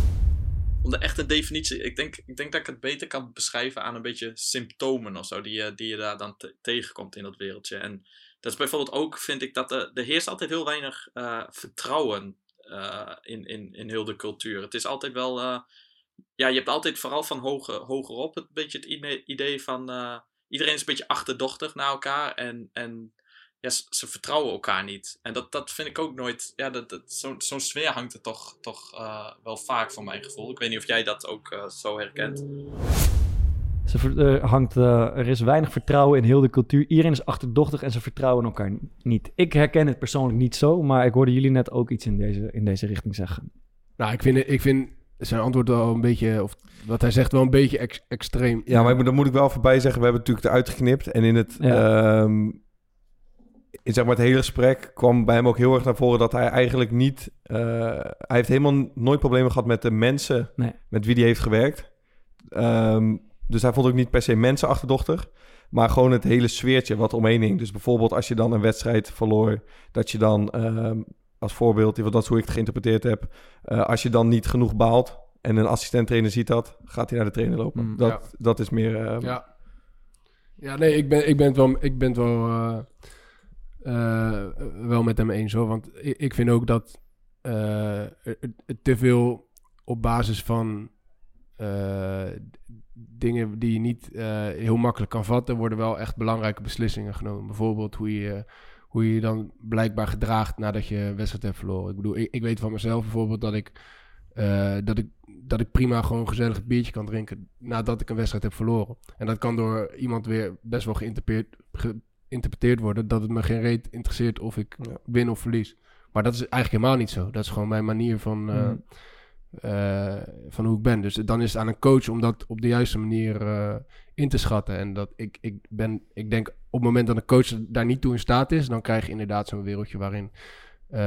Om de echte definitie, ik denk, ik denk dat ik het beter kan beschrijven aan een beetje symptomen of zo, die je, die je daar dan te, tegenkomt in dat wereldje. En dat is bijvoorbeeld ook, vind ik, dat er, er heerst altijd heel weinig uh, vertrouwen uh, in, in, in heel de cultuur. Het is altijd wel, uh, ja, je hebt altijd vooral van hoger, hogerop het beetje het idee van, uh, iedereen is een beetje achterdochtig naar elkaar en... en ja, ze, ze vertrouwen elkaar niet. En dat, dat vind ik ook nooit... Ja, dat, dat, zo, zo'n sfeer hangt er toch, toch uh, wel vaak voor mijn gevoel. Ik weet niet of jij dat ook uh, zo herkent. Ze, er, hangt, uh, er is weinig vertrouwen in heel de cultuur. Iedereen is achterdochtig en ze vertrouwen elkaar niet. Ik herken het persoonlijk niet zo, maar ik hoorde jullie net ook iets in deze, in deze richting zeggen. Nou, ik vind, ik vind zijn antwoord wel een beetje... Of wat hij zegt wel een beetje ex, extreem. Ja, maar ik, dan moet ik wel voorbij zeggen... We hebben het natuurlijk eruit geknipt. En in het... Ja. Um, in zeg maar het hele gesprek kwam bij hem ook heel erg naar voren dat hij eigenlijk niet... Uh, hij heeft helemaal nooit problemen gehad met de mensen nee. met wie hij heeft gewerkt. Um, dus hij vond ook niet per se mensen achterdochtig, maar gewoon het hele sfeertje wat omheen hing. Dus bijvoorbeeld als je dan een wedstrijd verloor, dat je dan um, als voorbeeld, dat is hoe ik het geïnterpreteerd heb, uh, als je dan niet genoeg baalt en een assistent-trainer ziet dat, gaat hij naar de trainer lopen. Mm, dat, ja. dat is meer... Uh, ja. ja, nee, ik ben, ik ben het wel... Ik ben het wel uh... Uh, wel met hem eens hoor, want ik, ik vind ook dat uh, te veel op basis van uh, dingen die je niet uh, heel makkelijk kan vatten, worden wel echt belangrijke beslissingen genomen. Bijvoorbeeld hoe je hoe je, je dan blijkbaar gedraagt nadat je een wedstrijd hebt verloren. Ik bedoel, ik, ik weet van mezelf bijvoorbeeld dat ik, uh, dat ik dat ik prima gewoon een gezellig biertje kan drinken nadat ik een wedstrijd heb verloren. En dat kan door iemand weer best wel geïnterpreteerd ge, interpreteerd worden dat het me geen reet interesseert of ik ja. win of verlies. Maar dat is eigenlijk helemaal niet zo. Dat is gewoon mijn manier van, uh, mm. uh, van hoe ik ben. Dus dan is het aan een coach om dat op de juiste manier uh, in te schatten. En dat ik, ik ben, ik denk op het moment dat een coach daar niet toe in staat is, dan krijg je inderdaad zo'n wereldje waarin uh,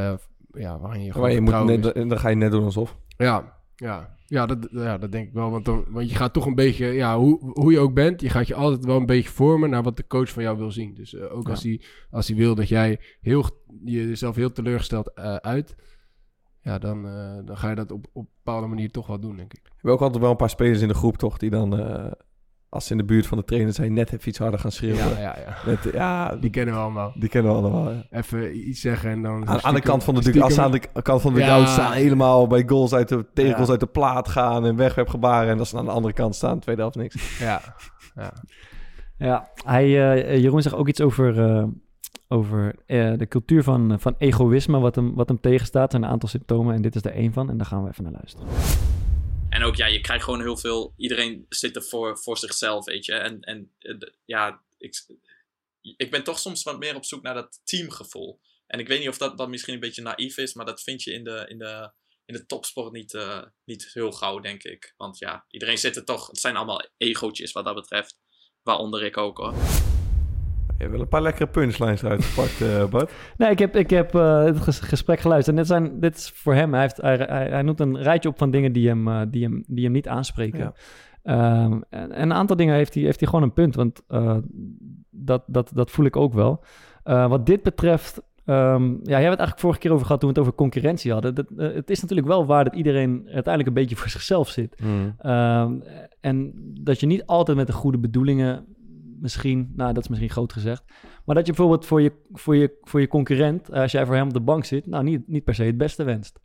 ja, waarin je gewoon gewoon je moet net, en dan ga je net doen alsof. Ja, ja. Ja, dat, ja, dat denk ik wel. Want, dan, want je gaat toch een beetje, ja, hoe, hoe je ook bent, je gaat je altijd wel een beetje vormen naar wat de coach van jou wil zien. Dus uh, ook ja. als hij als hij wil dat jij heel, jezelf heel teleurgesteld uh, uit, ja, dan, uh, dan ga je dat op, op een bepaalde manier toch wel doen, denk ik. We hebben ook altijd wel een paar spelers in de groep, toch, die dan, uh, als ze in de buurt van de trainer zijn, net even iets harder gaan schreeuwen. Ja, ja, ja. Met, ja die kennen we allemaal. Die kennen we allemaal, ja. Even iets zeggen en dan... Aan, stiekem, aan de kant van de dugout, als ze aan de kant van de dugout ja. staan, helemaal bij goals uit de, tegen goals ja. uit de plaat gaan en wegwerpgebaren. En dat ze aan de andere kant staan, tweede helft niks. Ja, ja. Ja, hij, uh, Jeroen zegt ook iets over, uh, over uh, de cultuur van, van egoïsme, wat hem, wat hem tegenstaat. Er zijn een aantal symptomen en dit is er één van. En daar gaan we even naar luisteren. En ook, ja, je krijgt gewoon heel veel... Iedereen zit er voor, voor zichzelf, weet je. En, en ja, ik, ik ben toch soms wat meer op zoek naar dat teamgevoel. En ik weet niet of dat, dat misschien een beetje naïef is, maar dat vind je in de, in de, in de topsport niet, uh, niet heel gauw, denk ik. Want ja, iedereen zit er toch... Het zijn allemaal egootjes wat dat betreft. Waaronder ik ook, hoor. Je hebt wel een paar lekkere punchlines uitgepakt, uh, Bart. Nee, ik heb, ik heb uh, het ges- gesprek geluisterd. En dit, zijn, dit is voor hem. Hij, heeft, hij, hij, hij noemt een rijtje op van dingen die hem, uh, die hem, die hem niet aanspreken. Ja. Um, en, en een aantal dingen heeft hij, heeft hij gewoon een punt. Want uh, dat, dat, dat voel ik ook wel. Uh, wat dit betreft... Um, ja, jij hebt het eigenlijk vorige keer over gehad toen we het over concurrentie hadden. Dat, uh, het is natuurlijk wel waar dat iedereen uiteindelijk een beetje voor zichzelf zit. Mm. Um, en dat je niet altijd met de goede bedoelingen... Misschien, nou dat is misschien groot gezegd. Maar dat je bijvoorbeeld voor je, voor je, voor je concurrent, als jij voor hem op de bank zit, nou niet, niet per se het beste wenst.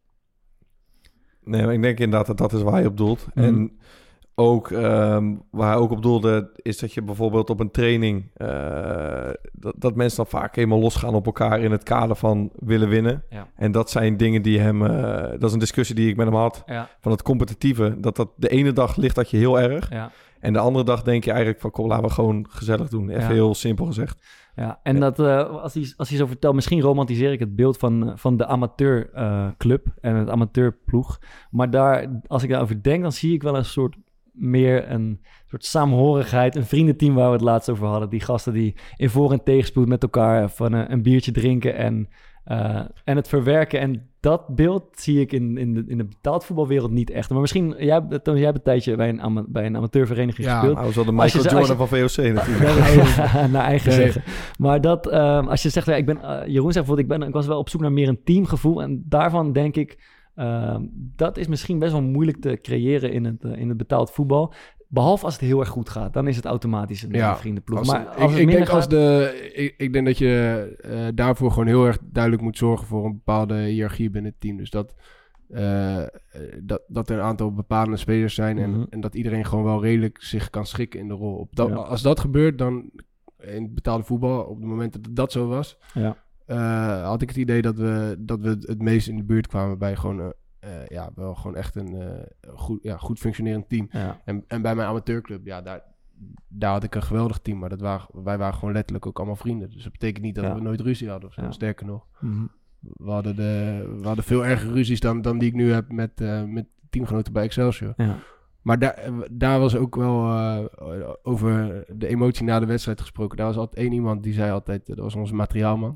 Nee, maar ik denk inderdaad dat dat is waar hij op doelt. Mm. En ook um, waar hij ook op doelde, is dat je bijvoorbeeld op een training, uh, dat, dat mensen dan vaak helemaal losgaan op elkaar in het kader van willen winnen. Ja. En dat zijn dingen die hem, uh, dat is een discussie die ik met hem had, ja. van het competitieve. Dat dat de ene dag ligt dat je heel erg. Ja. En de andere dag denk je eigenlijk van, kom, laten we gewoon gezellig doen. Even ja. heel simpel gezegd. Ja, en ja. dat, uh, als, hij, als hij zo vertelt, misschien romantiseer ik het beeld van, van de amateurclub uh, en het amateurploeg. Maar daar, als ik daarover denk, dan zie ik wel een soort meer een soort saamhorigheid, een vriendenteam waar we het laatst over hadden. Die gasten die in voor- en tegenspoed met elkaar van uh, een biertje drinken en, uh, en het verwerken. En dat beeld zie ik in, in, de, in de betaald voetbalwereld niet echt. Maar misschien, jij, Toon, jij hebt een tijdje bij een, ama, bij een amateurvereniging ja, gespeeld. Ja, nou, zo de Michael je, Jordan je, van V O C natuurlijk. Ja, naar eigen nee. zeggen. Maar dat, uh, als je zegt, ja, ik ben, uh, Jeroen zegt bijvoorbeeld, ik, ben, ik was wel op zoek naar meer een teamgevoel. En daarvan denk ik, uh, dat is misschien best wel moeilijk te creëren in het, uh, in het betaald voetbal. Behalve als het heel erg goed gaat. Dan is het automatisch een ja, vriendenploeg. Als, maar als ik, het ik denk gaat... als de, ik, ik denk dat je uh, daarvoor gewoon heel erg duidelijk moet zorgen voor een bepaalde hiërarchie binnen het team. Dus dat, uh, dat, dat er een aantal bepalende spelers zijn en, mm-hmm. en dat iedereen gewoon wel redelijk zich kan schikken in de rol. Op dat, ja. Als dat gebeurt, dan in het betaalde voetbal, op het moment dat dat zo was, ja. uh, had ik het idee dat we, dat we het meest in de buurt kwamen bij gewoon... Uh, Uh, ja, wel gewoon echt een uh, goed, ja, goed functionerend team. Ja. En, en bij mijn amateurclub, ja, daar, daar had ik een geweldig team. Maar dat waren, wij waren gewoon letterlijk ook allemaal vrienden. Dus dat betekent niet dat ja. we nooit ruzie hadden of zo. Ja. Sterker nog. Mm-hmm. We, hadden de, we hadden veel erger ruzies dan, dan die ik nu heb met, uh, met teamgenoten bij Excelsior. Ja. Maar daar, daar was ook wel uh, over de emotie na de wedstrijd gesproken. Daar was altijd één iemand die zei altijd, dat was onze materiaalman.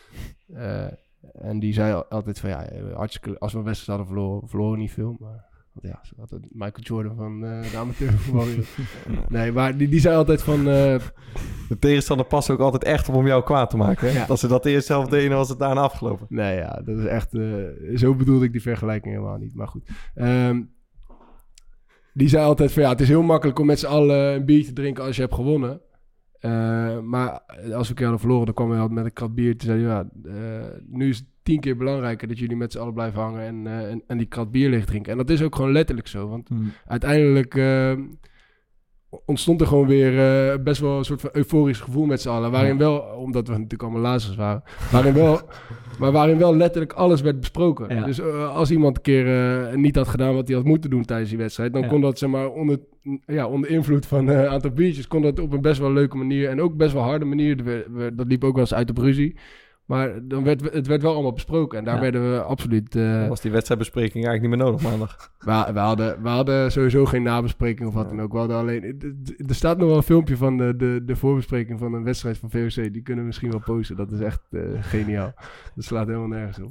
Uh, En die zei altijd van ja, hartstikke, als we een wedstrijd hadden verloren, verloren we niet veel. Maar ja, ze hadden Michael Jordan van uh, de amateurvoetbal. Nee, maar die, die zei altijd van... Uh, de tegenstander past ook altijd echt op om jou kwaad te maken. Hè? Ja. Als ze dat eerst zelf deden, was het daarna afgelopen. Nee, ja, dat is echt... Uh, zo bedoelde ik die vergelijking helemaal niet, maar goed. Um, die zei altijd van ja, het is heel makkelijk om met z'n allen een biertje te drinken als je hebt gewonnen. Uh, maar als we een keer hadden verloren, dan kwam hij altijd met een krat bier. Toen zei hij, ja, uh, nu is het tien keer belangrijker dat jullie met z'n allen blijven hangen en, uh, en, en die krat bier leeg drinken. En dat is ook gewoon letterlijk zo. Want mm. uiteindelijk uh, ontstond er gewoon weer uh, best wel een soort van euforisch gevoel met z'n allen. Waarin wel, omdat we natuurlijk allemaal lazers waren, waarin wel, maar waarin wel letterlijk alles werd besproken. Ja. Dus uh, als iemand een keer uh, niet had gedaan wat hij had moeten doen tijdens die wedstrijd, dan ja. kon dat zeg maar onder, ja, onder invloed van een uh, aantal biertjes, kon dat op een best wel leuke manier en ook best wel harde manier. Dat liep ook wel eens uit op ruzie. Maar dan werd, het werd wel allemaal besproken. En daar ja. werden we absoluut... Uh, dan was die wedstrijdbespreking eigenlijk niet meer nodig maandag. We, we, hadden, we hadden sowieso geen nabespreking of wat dan ook. We hadden alleen... Er staat nog wel een filmpje van de, de, de voorbespreking van een wedstrijd van V O C. Die kunnen we misschien wel posten. Dat is echt uh, geniaal. Dat slaat helemaal nergens op.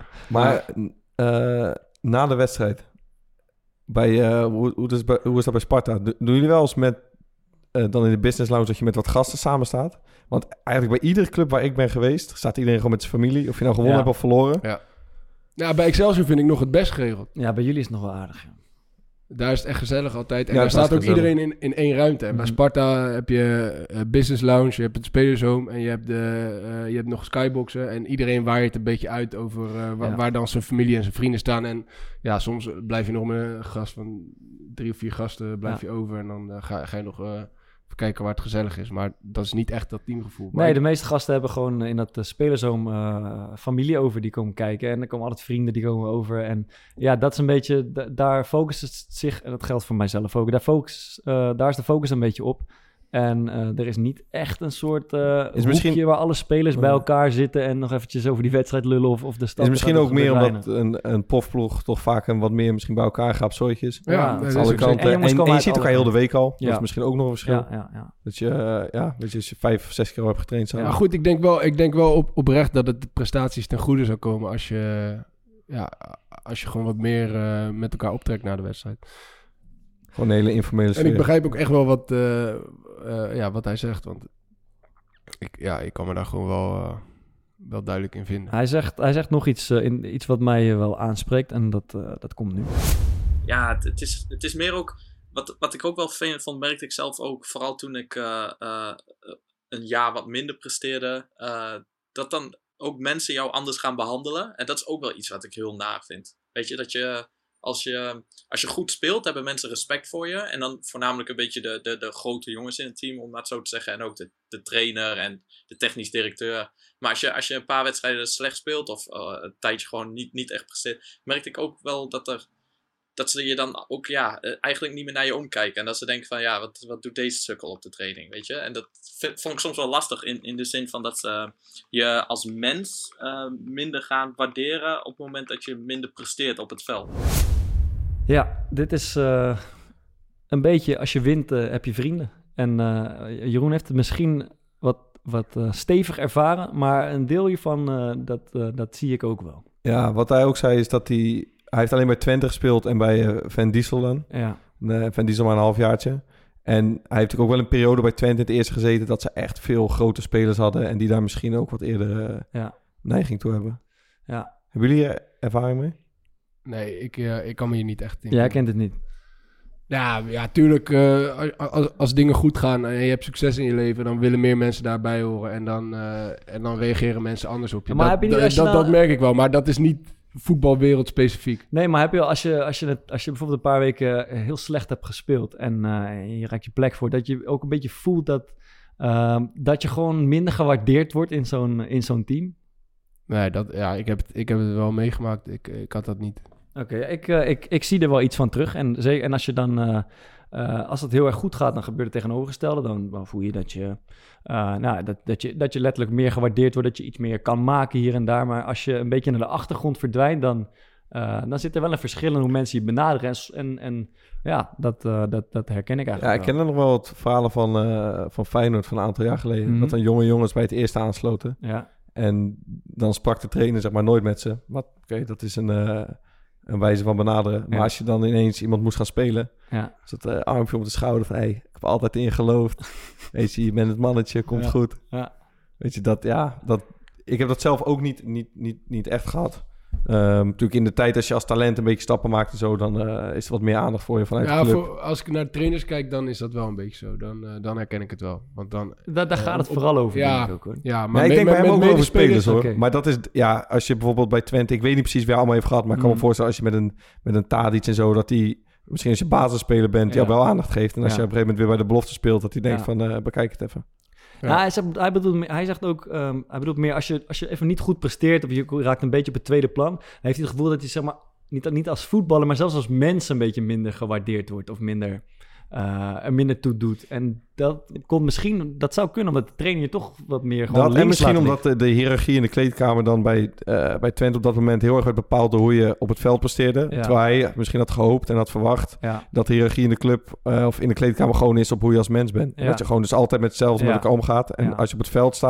Maar uh, na de wedstrijd, bij, uh, hoe, hoe, is, hoe is dat bij Sparta? Doen jullie wel eens met, uh, dan in de business lounge, dat je met wat gasten samen staat? Want eigenlijk bij iedere club waar ik ben geweest, staat iedereen gewoon met zijn familie. Of je nou gewonnen ja. hebt of verloren. Ja. ja, bij Excelsior vind ik nog het best geregeld. Ja, bij jullie is het nog wel aardig, ja. Daar is het echt gezellig altijd. En ja, daar staat ook gezellig. iedereen in, in één ruimte. En bij Mm. Sparta heb je uh, business lounge, je hebt het spelershome en je hebt, de, uh, je hebt nog skyboxen. En iedereen waait een beetje uit over uh, waar, Ja. waar dan zijn familie en zijn vrienden staan. En ja, soms blijf je nog met een gast van drie of vier gasten blijf Ja. je over. En dan uh, ga, ga je nog uh, even kijken waar het gezellig is. Maar dat is niet echt dat teamgevoel. Maar Nee, de meeste gasten hebben gewoon in dat uh, spelerzoom uh, familie over die komen kijken. En er komen altijd vrienden die komen over. En ja, dat is een beetje, d- daar focust het zich, en dat geldt voor mijzelf ook, daar, focus, uh, daar is de focus een beetje op. En uh, er is niet echt een soort uh, Is misschien- hoekje waar alle spelers bij Ja. elkaar zitten en nog eventjes over die wedstrijd lullen of, of de stad. Is misschien gaat ook meer verdwijnen. omdat een, een profploeg toch vaak een wat meer misschien bij elkaar gaat zooitjes. Ja, Ja, nee, dat dat Alle is ook kanten. zeker. En En, jongens en, komen je uit ziet elkaar alle heel de week al. Ja. Dat is misschien ook nog een verschil. Ja, ja, ja. Dat je, uh, ja, weet je, als je vijf of zes keer al hebt getraind samen. Ja, goed, ik denk wel, ik denk wel op, oprecht dat het de prestaties ten goede zou komen als je, ja, als je gewoon wat meer uh, met elkaar optrekt na de wedstrijd. Gewoon een hele informele En sfeer. ik begrijp ook echt wel wat, uh, uh, ja, wat hij zegt, want ik, ja, ik kan me daar gewoon wel, uh, wel duidelijk in vinden. Hij zegt, hij zegt nog iets, uh, in, iets wat mij uh, wel aanspreekt en dat, uh, dat komt nu. Ja, het, het, is, het is meer ook... Wat, wat ik ook wel vervelend vond, merkte ik zelf ook. Vooral toen ik uh, uh, een jaar wat minder presteerde. Uh, dat dan ook mensen jou anders gaan behandelen. En dat is ook wel iets wat ik heel naar vind. Weet je, dat je... Als je, als je goed speelt, hebben mensen respect voor je. En dan voornamelijk een beetje de, de, de grote jongens in het team, om dat zo te zeggen. En ook de, de trainer en de technisch directeur. Maar als je, als je een paar wedstrijden slecht speelt, of uh, een tijdje gewoon niet, niet echt presteert, merkte ik ook wel dat er... dat ze je dan ook ja, eigenlijk niet meer naar je omkijken. En dat ze denken van ja, wat, wat doet deze sukkel op de training, weet je. En dat vind, vond ik soms wel lastig in, in de zin van dat ze je als mens uh, minder gaan waarderen op het moment dat je minder presteert op het veld. Ja, dit is uh, een beetje, als je wint uh, heb je vrienden. En uh, Jeroen heeft het misschien wat, wat uh, stevig ervaren, maar een deel hiervan, uh, dat, uh, dat zie ik ook wel. Ja, wat hij ook zei is dat hij... Hij heeft alleen bij Twente gespeeld en bij uh, Van Diesel dan. Ja. Uh, Van Diesel maar een halfjaartje. En hij heeft ook wel een periode bij Twente in het eerste gezeten... dat ze echt veel grote spelers hadden... en die daar misschien ook wat eerder uh, ja. neiging toe hebben. Ja. Hebben jullie er ervaring mee? Nee, ik, uh, ik kan me hier niet echt in. Jij kent het niet. Ja, ja, tuurlijk. Uh, als, als dingen goed gaan en je hebt succes in je leven... dan willen meer mensen daarbij horen. En dan, uh, en dan reageren mensen anders op je. Maar dat, heb je niet, dat, je dat, nou... dat merk ik wel, maar dat is niet... voetbalwereld specifiek. Nee, maar heb je als je, als je, het, als je bijvoorbeeld een paar weken heel slecht hebt gespeeld en uh, je raakt je plek voor, dat je ook een beetje voelt dat, uh, dat je gewoon minder gewaardeerd wordt in zo'n, in zo'n team? Nee, dat, ja, ik, heb het, ik heb het wel meegemaakt. Ik, ik had dat niet. Oké, okay, ik, uh, ik, ik zie er wel iets van terug. En, zeker, en als je dan, uh, uh, als het heel erg goed gaat, dan gebeurt het tegenovergestelde. Dan, dan voel je dat je, uh, nou, dat, dat je, dat je letterlijk meer gewaardeerd wordt, dat je iets meer kan maken hier en daar. Maar als je een beetje naar de achtergrond verdwijnt, dan, uh, dan zit er wel een verschil in hoe mensen je benaderen. En, en, en ja, dat, uh, dat, dat herken ik eigenlijk Ja, ik ken er nog wel wat verhalen van, uh, van Feyenoord van een aantal jaar geleden. Mm-hmm. Dat dan jonge jongens bij het eerste aansloten. Ja. En dan sprak de trainer zeg maar nooit met ze. Wat? Oké, okay, dat is een... Uh, een wijze van benaderen. Maar ja. als je dan ineens iemand moest gaan spelen... Ja. is het uh, armpje om de schouder van... Hey, ik heb altijd in je geloofd. Weet je, je bent het mannetje, komt ja. goed. Ja. Weet je, dat ja... Dat, ik heb dat zelf ook niet, niet, niet, niet echt gehad. Um, natuurlijk in de tijd als je als talent een beetje stappen maakt en zo... dan uh, is er wat meer aandacht voor je vanuit ja, de club. Voor, als ik naar de trainers kijk, dan is dat wel een beetje zo. Dan, uh, dan herken ik het wel. Want dan, da, daar uh, gaat het op, vooral over, ja, denk ik ook, hoor. Ja, maar nee, ik denk bij hem ook wel over spelers, hoor. Okay. Maar dat is... Ja, als je bijvoorbeeld bij Twente... Ik weet niet precies wie allemaal heeft gehad... maar ik kan mm. me voorstellen als je met een, met een Tadic en zo... dat die... Misschien als je basisspeler bent... die ja. jou wel aandacht geeft. En als ja. je op een gegeven moment weer bij de belofte speelt... dat hij denkt ja. van... Uh, bekijk het even. Ja. Nou, hij, zegt, hij, bedoelt, hij zegt ook, um, hij bedoelt meer als je, als je even niet goed presteert of je raakt een beetje op het tweede plan, dan heeft hij het gevoel dat hij zeg maar niet, niet als voetballer, maar zelfs als mens een beetje minder gewaardeerd wordt of minder, uh, er minder toe doet. En dat komt misschien, dat zou kunnen omdat de trainer je toch wat meer gewoon dat, links en misschien laat omdat de, de hiërarchie in de kleedkamer dan bij, uh, bij Twente op dat moment heel erg werd bepaald door hoe je op het veld presteerde. Ja. Terwijl hij misschien had gehoopt en had verwacht ja. dat de hiërarchie in de club uh, of in de kleedkamer gewoon is op hoe je als mens bent. Ja. Dat je gewoon dus altijd met hetzelfde ja. met elkaar omgaat. En ja. als je op het veld staat,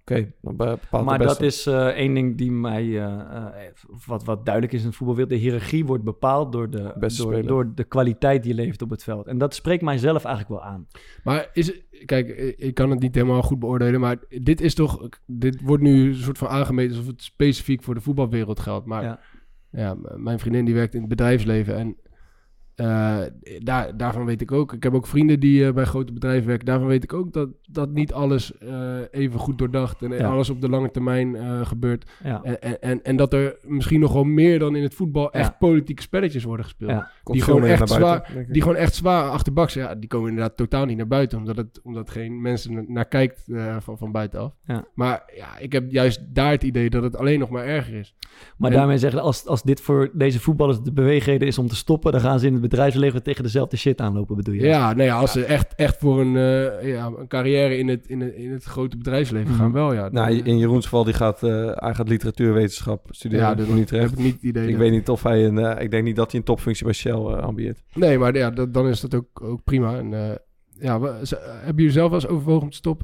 okay, dan bepaalt Maar de beste. dat is uh, één ding die mij, uh, uh, wat, wat duidelijk is in het voetbalwereld. De hiërarchie wordt bepaald door de, door, door de kwaliteit die je levert op het veld. En dat spreekt mijzelf eigenlijk wel aan. Maar is kijk, ik kan het niet helemaal goed beoordelen, maar dit is toch, dit wordt nu een soort van aangemeten alsof het specifiek voor de voetbalwereld geldt. Maar ja, ja mijn vriendin die werkt in het bedrijfsleven en Uh, daar, daarvan weet ik ook. Ik heb ook vrienden die uh, bij grote bedrijven werken. Daarvan weet ik ook dat, dat niet alles uh, even goed doordacht en ja. alles op de lange termijn uh, gebeurt. Ja. En, en, en dat er misschien nog wel meer dan in het voetbal echt ja. politieke spelletjes worden gespeeld. Ja. Die, gewoon echt zwaar, die gewoon echt zwaar achterbaks. Ja, die komen inderdaad totaal niet naar buiten, omdat, het, omdat geen mensen naar kijkt uh, van, van buitenaf. Ja. Maar ja, ik heb juist daar het idee dat het alleen nog maar erger is. Maar en, daarmee zeggen, als, als dit voor deze voetballers de beweegreden is om te stoppen, dan gaan ze in het bedrijfsleven tegen dezelfde shit aanlopen, bedoel je? Ja, nee, als ja. ze echt, echt voor een, uh, ja, een carrière in het, in, het, in het grote bedrijfsleven mm-hmm. gaan, wel, ja. Dan, nou, in Jeroens geval, die gaat, uh, hij gaat literatuurwetenschap studeren. Ja, dat niet heb ik niet het idee. Ik dat. weet niet of hij een, uh, ik denk niet dat hij een topfunctie bij Shell uh, ambieert. Nee, maar ja, dat, dan is dat ook, ook prima. En, uh, ja, we, z- hebben jullie zelf wel eens overwogen om te stoppen?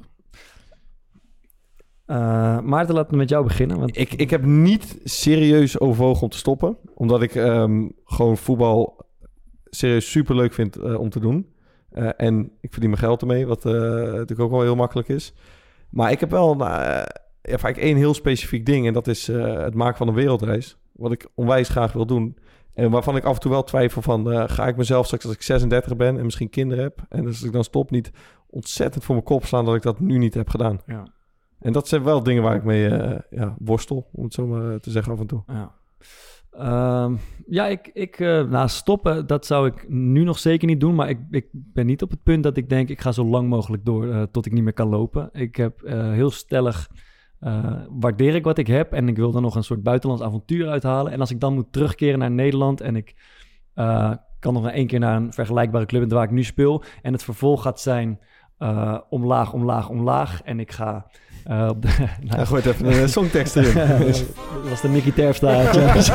Uh, Maarten, laten we met jou beginnen. Want... Ik, ik heb niet serieus overwogen om te stoppen, omdat ik um, gewoon voetbal serieus superleuk vind uh, om te doen. Uh, en ik verdien mijn geld ermee, wat uh, natuurlijk ook wel heel makkelijk is. Maar ik heb wel uh, ja, vaak één heel specifiek ding en dat is uh, het maken van een wereldreis. Wat ik onwijs graag wil doen. En waarvan ik af en toe wel twijfel van, uh, ga ik mezelf straks als ik zesendertig ben en misschien kinderen heb. En als ik dan stop niet ontzettend voor mijn kop slaan dat ik dat nu niet heb gedaan. Ja. En dat zijn wel dingen waar ik mee uh, ja, worstel, om het zo maar te zeggen af en toe. Ja. Um, ja, ik, ik uh, nou, stoppen, dat zou ik nu nog zeker niet doen. Maar ik, ik ben niet op het punt dat ik denk, ik ga zo lang mogelijk door uh, tot ik niet meer kan lopen. Ik heb uh, heel stellig, uh, waardeer ik wat ik heb en ik wil er nog een soort buitenlands avontuur uithalen. En als ik dan moet terugkeren naar Nederland en ik uh, kan nog één keer naar een vergelijkbare club waar ik nu speel. En het vervolg gaat zijn uh, omlaag, omlaag, omlaag. En ik ga... Uh, op de, nou, ja, gooi even een songtekst erin. Dat was de Mickey Terpstra. Je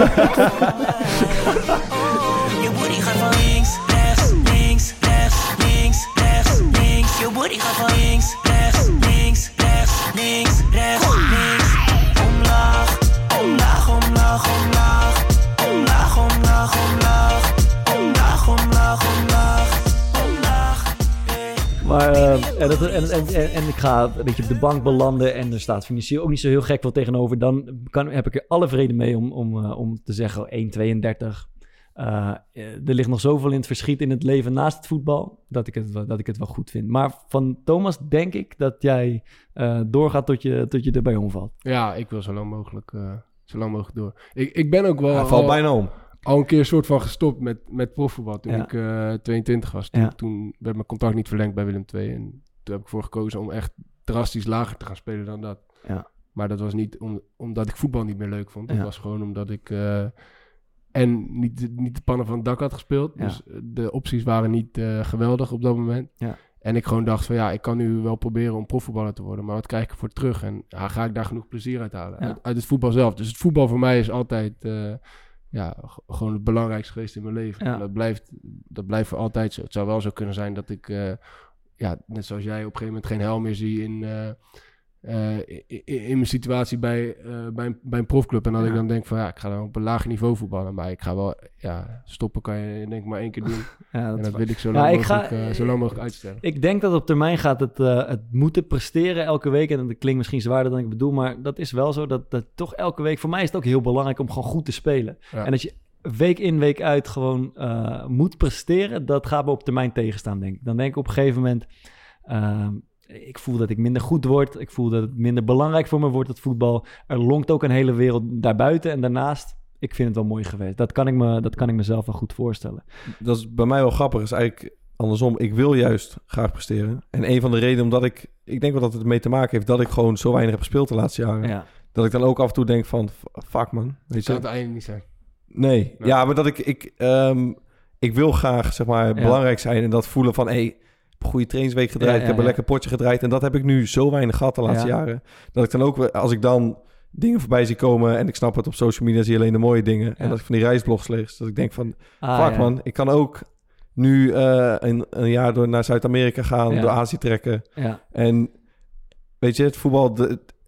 booty gaat van links, rechts, links, rechts, links, rechts, links. Je booty gaat van links, rechts, links, rechts, links, rechts, links. Omlaag, omlaag, omlaag, omlaag. Omlaag, omlaag, omlaag. Omlaag, omlaag, omlaag. Maar, uh, en, dat, en, en, en, en ik ga een beetje op de bank belanden en er staat financieel ook niet zo heel gek veel tegenover. Dan kan, heb ik er alle vrede mee om, om, uh, om te zeggen één komma tweeëndertig. Uh, er ligt nog zoveel in het verschiet in het leven naast het voetbal, dat ik het, dat ik het wel goed vind. Maar van Thomas denk ik dat jij uh, doorgaat tot je, tot je erbij omvalt. Ja, ik wil zo lang mogelijk, uh, zo lang mogelijk door. Ik, ik ben ook wel... Hij valt bijna om. Al een keer een soort van gestopt met, met profvoetbal toen ja. ik uh, tweeëntwintig was. Toen, ja. toen werd mijn contract niet verlengd bij Willem twee. En toen heb ik voor gekozen om echt drastisch lager te gaan spelen dan dat. Ja. Maar dat was niet om, omdat ik voetbal niet meer leuk vond. Dat ja. was gewoon omdat ik... Uh, en niet, niet de pannen van het dak had gespeeld. Ja. Dus de opties waren niet uh, geweldig op dat moment. Ja. En ik gewoon dacht van ja, ik kan nu wel proberen om profvoetballer te worden. Maar wat krijg ik ervoor terug? En ja, ga ik daar genoeg plezier uit halen? Ja. Uit, uit het voetbal zelf. Dus het voetbal voor mij is altijd... Uh, Ja, g- gewoon het belangrijkste geweest in mijn leven. Ja. Dat blijft, dat blijft voor altijd zo. Het zou wel zo kunnen zijn dat ik, uh, ja, net zoals jij, op een gegeven moment geen hel meer zie in, uh, uh, in, in mijn situatie bij, uh, bij, een, bij een profclub. En dat ja. ik dan denk van, ja, ik ga dan op een lager niveau voetballen. Maar ik ga wel, ja, stoppen kan je denk ik maar één keer doen. Ja, dat en dat wil ik zo lang, ja, mogelijk, ga, uh, zo lang mogelijk uitstellen. Ik denk dat op termijn gaat het, uh, het moeten presteren elke week. En dat klinkt misschien zwaarder dan ik bedoel, maar dat is wel zo. Dat, dat toch elke week, voor mij is het ook heel belangrijk om gewoon goed te spelen. Ja. En dat je week in, week uit gewoon uh, moet presteren, dat gaat me op termijn tegenstaan, denk ik. Dan denk ik op een gegeven moment... Uh, ik voel dat ik minder goed word. Ik voel dat het minder belangrijk voor me wordt, het voetbal. Er lonkt ook een hele wereld daarbuiten. En daarnaast, ik vind het wel mooi geweest. Dat kan ik, me, dat kan ik mezelf wel goed voorstellen. Dat is bij mij wel grappig. is eigenlijk andersom. Ik wil juist graag presteren. En een van de redenen omdat ik... Ik denk wel dat het ermee te maken heeft dat ik gewoon zo weinig heb gespeeld de laatste jaren. Ja. Dat ik dan ook af en toe denk van... Fuck man. Weet dat zou het einde niet zijn. Nee. nee. Ja, maar dat ik... Ik, um, ik wil graag, zeg maar, ja. belangrijk zijn. En dat voelen van... Hey, goede trainingsweek gedraaid, ja, ja, ik heb een ja. lekker potje gedraaid. En dat heb ik nu zo weinig gehad de laatste ja. jaren. Dat ik dan ook, als ik dan dingen voorbij zie komen... en ik snap het, op social media zie je alleen de mooie dingen. Ja. En dat ik van die reisblogs lees. Dat ik denk van, ah, fuck ja. man, ik kan ook nu uh, een, een jaar door naar Zuid-Amerika gaan... Ja. door Azië trekken. Ja. En weet je, het voetbal... De,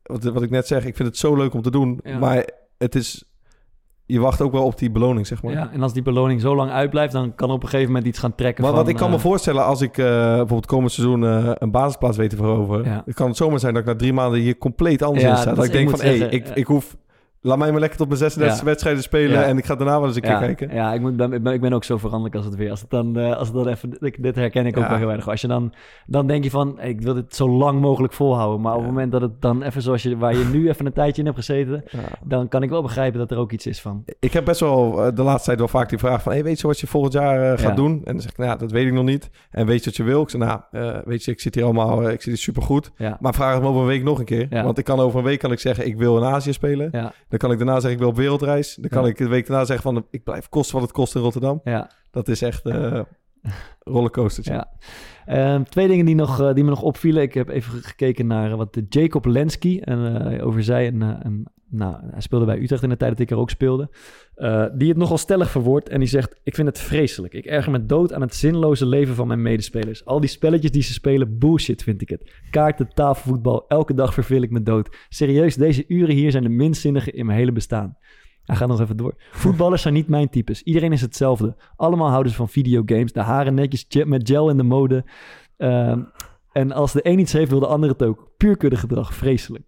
wat, wat ik net zeg, ik vind het zo leuk om te doen. Ja. Maar het is... Je wacht ook wel op die beloning, zeg maar. Ja, en als die beloning zo lang uitblijft, dan kan op een gegeven moment iets gaan trekken. Maar van, wat ik kan uh, me voorstellen, als ik uh, bijvoorbeeld komend seizoen uh, een basisplaats weet te veroveren, ja. dan kan het zomaar zijn dat ik na drie maanden hier compleet anders ja, in sta. Dat, dat ik denk van, hé, hey, ik, ik hoef... Laat mij maar lekker tot mijn zesendertigste ja. wedstrijden spelen... Ja. en ik ga daarna wel eens een ja. keer kijken. Ja, ik, moet, ik, ben, ik ben ook zo veranderlijk als het weer. Als het dan, uh, als het dan even... Dit herken ik ook ja. wel heel erg. Als je dan... Dan denk je van... Ik wil dit zo lang mogelijk volhouden. Maar ja. op het moment dat het dan even zoals je... Waar je nu even een tijdje in hebt gezeten... Ja. Dan kan ik wel begrijpen dat er ook iets is van. Ik heb best wel uh, de laatste tijd wel vaak die vraag van... Hey, weet je wat je volgend jaar uh, gaat ja. doen? En dan zeg ik, nou, dat weet ik nog niet. En weet je wat je wil? Ik zeg, nou, uh, weet je, ik zit hier allemaal... Uh, ik zit hier supergoed. Ja. Maar vraag het me over een week nog een keer. Ja. Want ik kan over een week kan ik zeggen... Ik wil in Azië spelen. Ja. Dan kan ik daarna zeggen... Ik wil op wereldreis. Dan kan ja. ik de week daarna zeggen van... Ik blijf kosten wat het kost in Rotterdam. Ja. Dat is echt uh, rollercoastertje. Ja. Uh, twee dingen die, nog, uh, die me nog opvielen. Ik heb even gekeken naar wat de Jacob Lenski en, uh, over zei. En, uh, en, nou, hij speelde bij Utrecht in de tijd dat ik er ook speelde. Uh, die het nogal stellig verwoordt. En die zegt, ik vind het vreselijk. Ik erger me dood aan het zinloze leven van mijn medespelers. Al die spelletjes die ze spelen, bullshit vind ik het. Kaarten, tafelvoetbal, elke dag verveel ik me dood. Serieus, deze uren hier zijn de minst zinnige in mijn hele bestaan. Hij gaat nog even door. Voetballers zijn niet mijn types. Iedereen is hetzelfde. Allemaal houden ze van videogames. De haren netjes met gel in de mode. Uh, en als de een iets heeft, wil de ander het ook. Puur kuddegedrag. Vreselijk.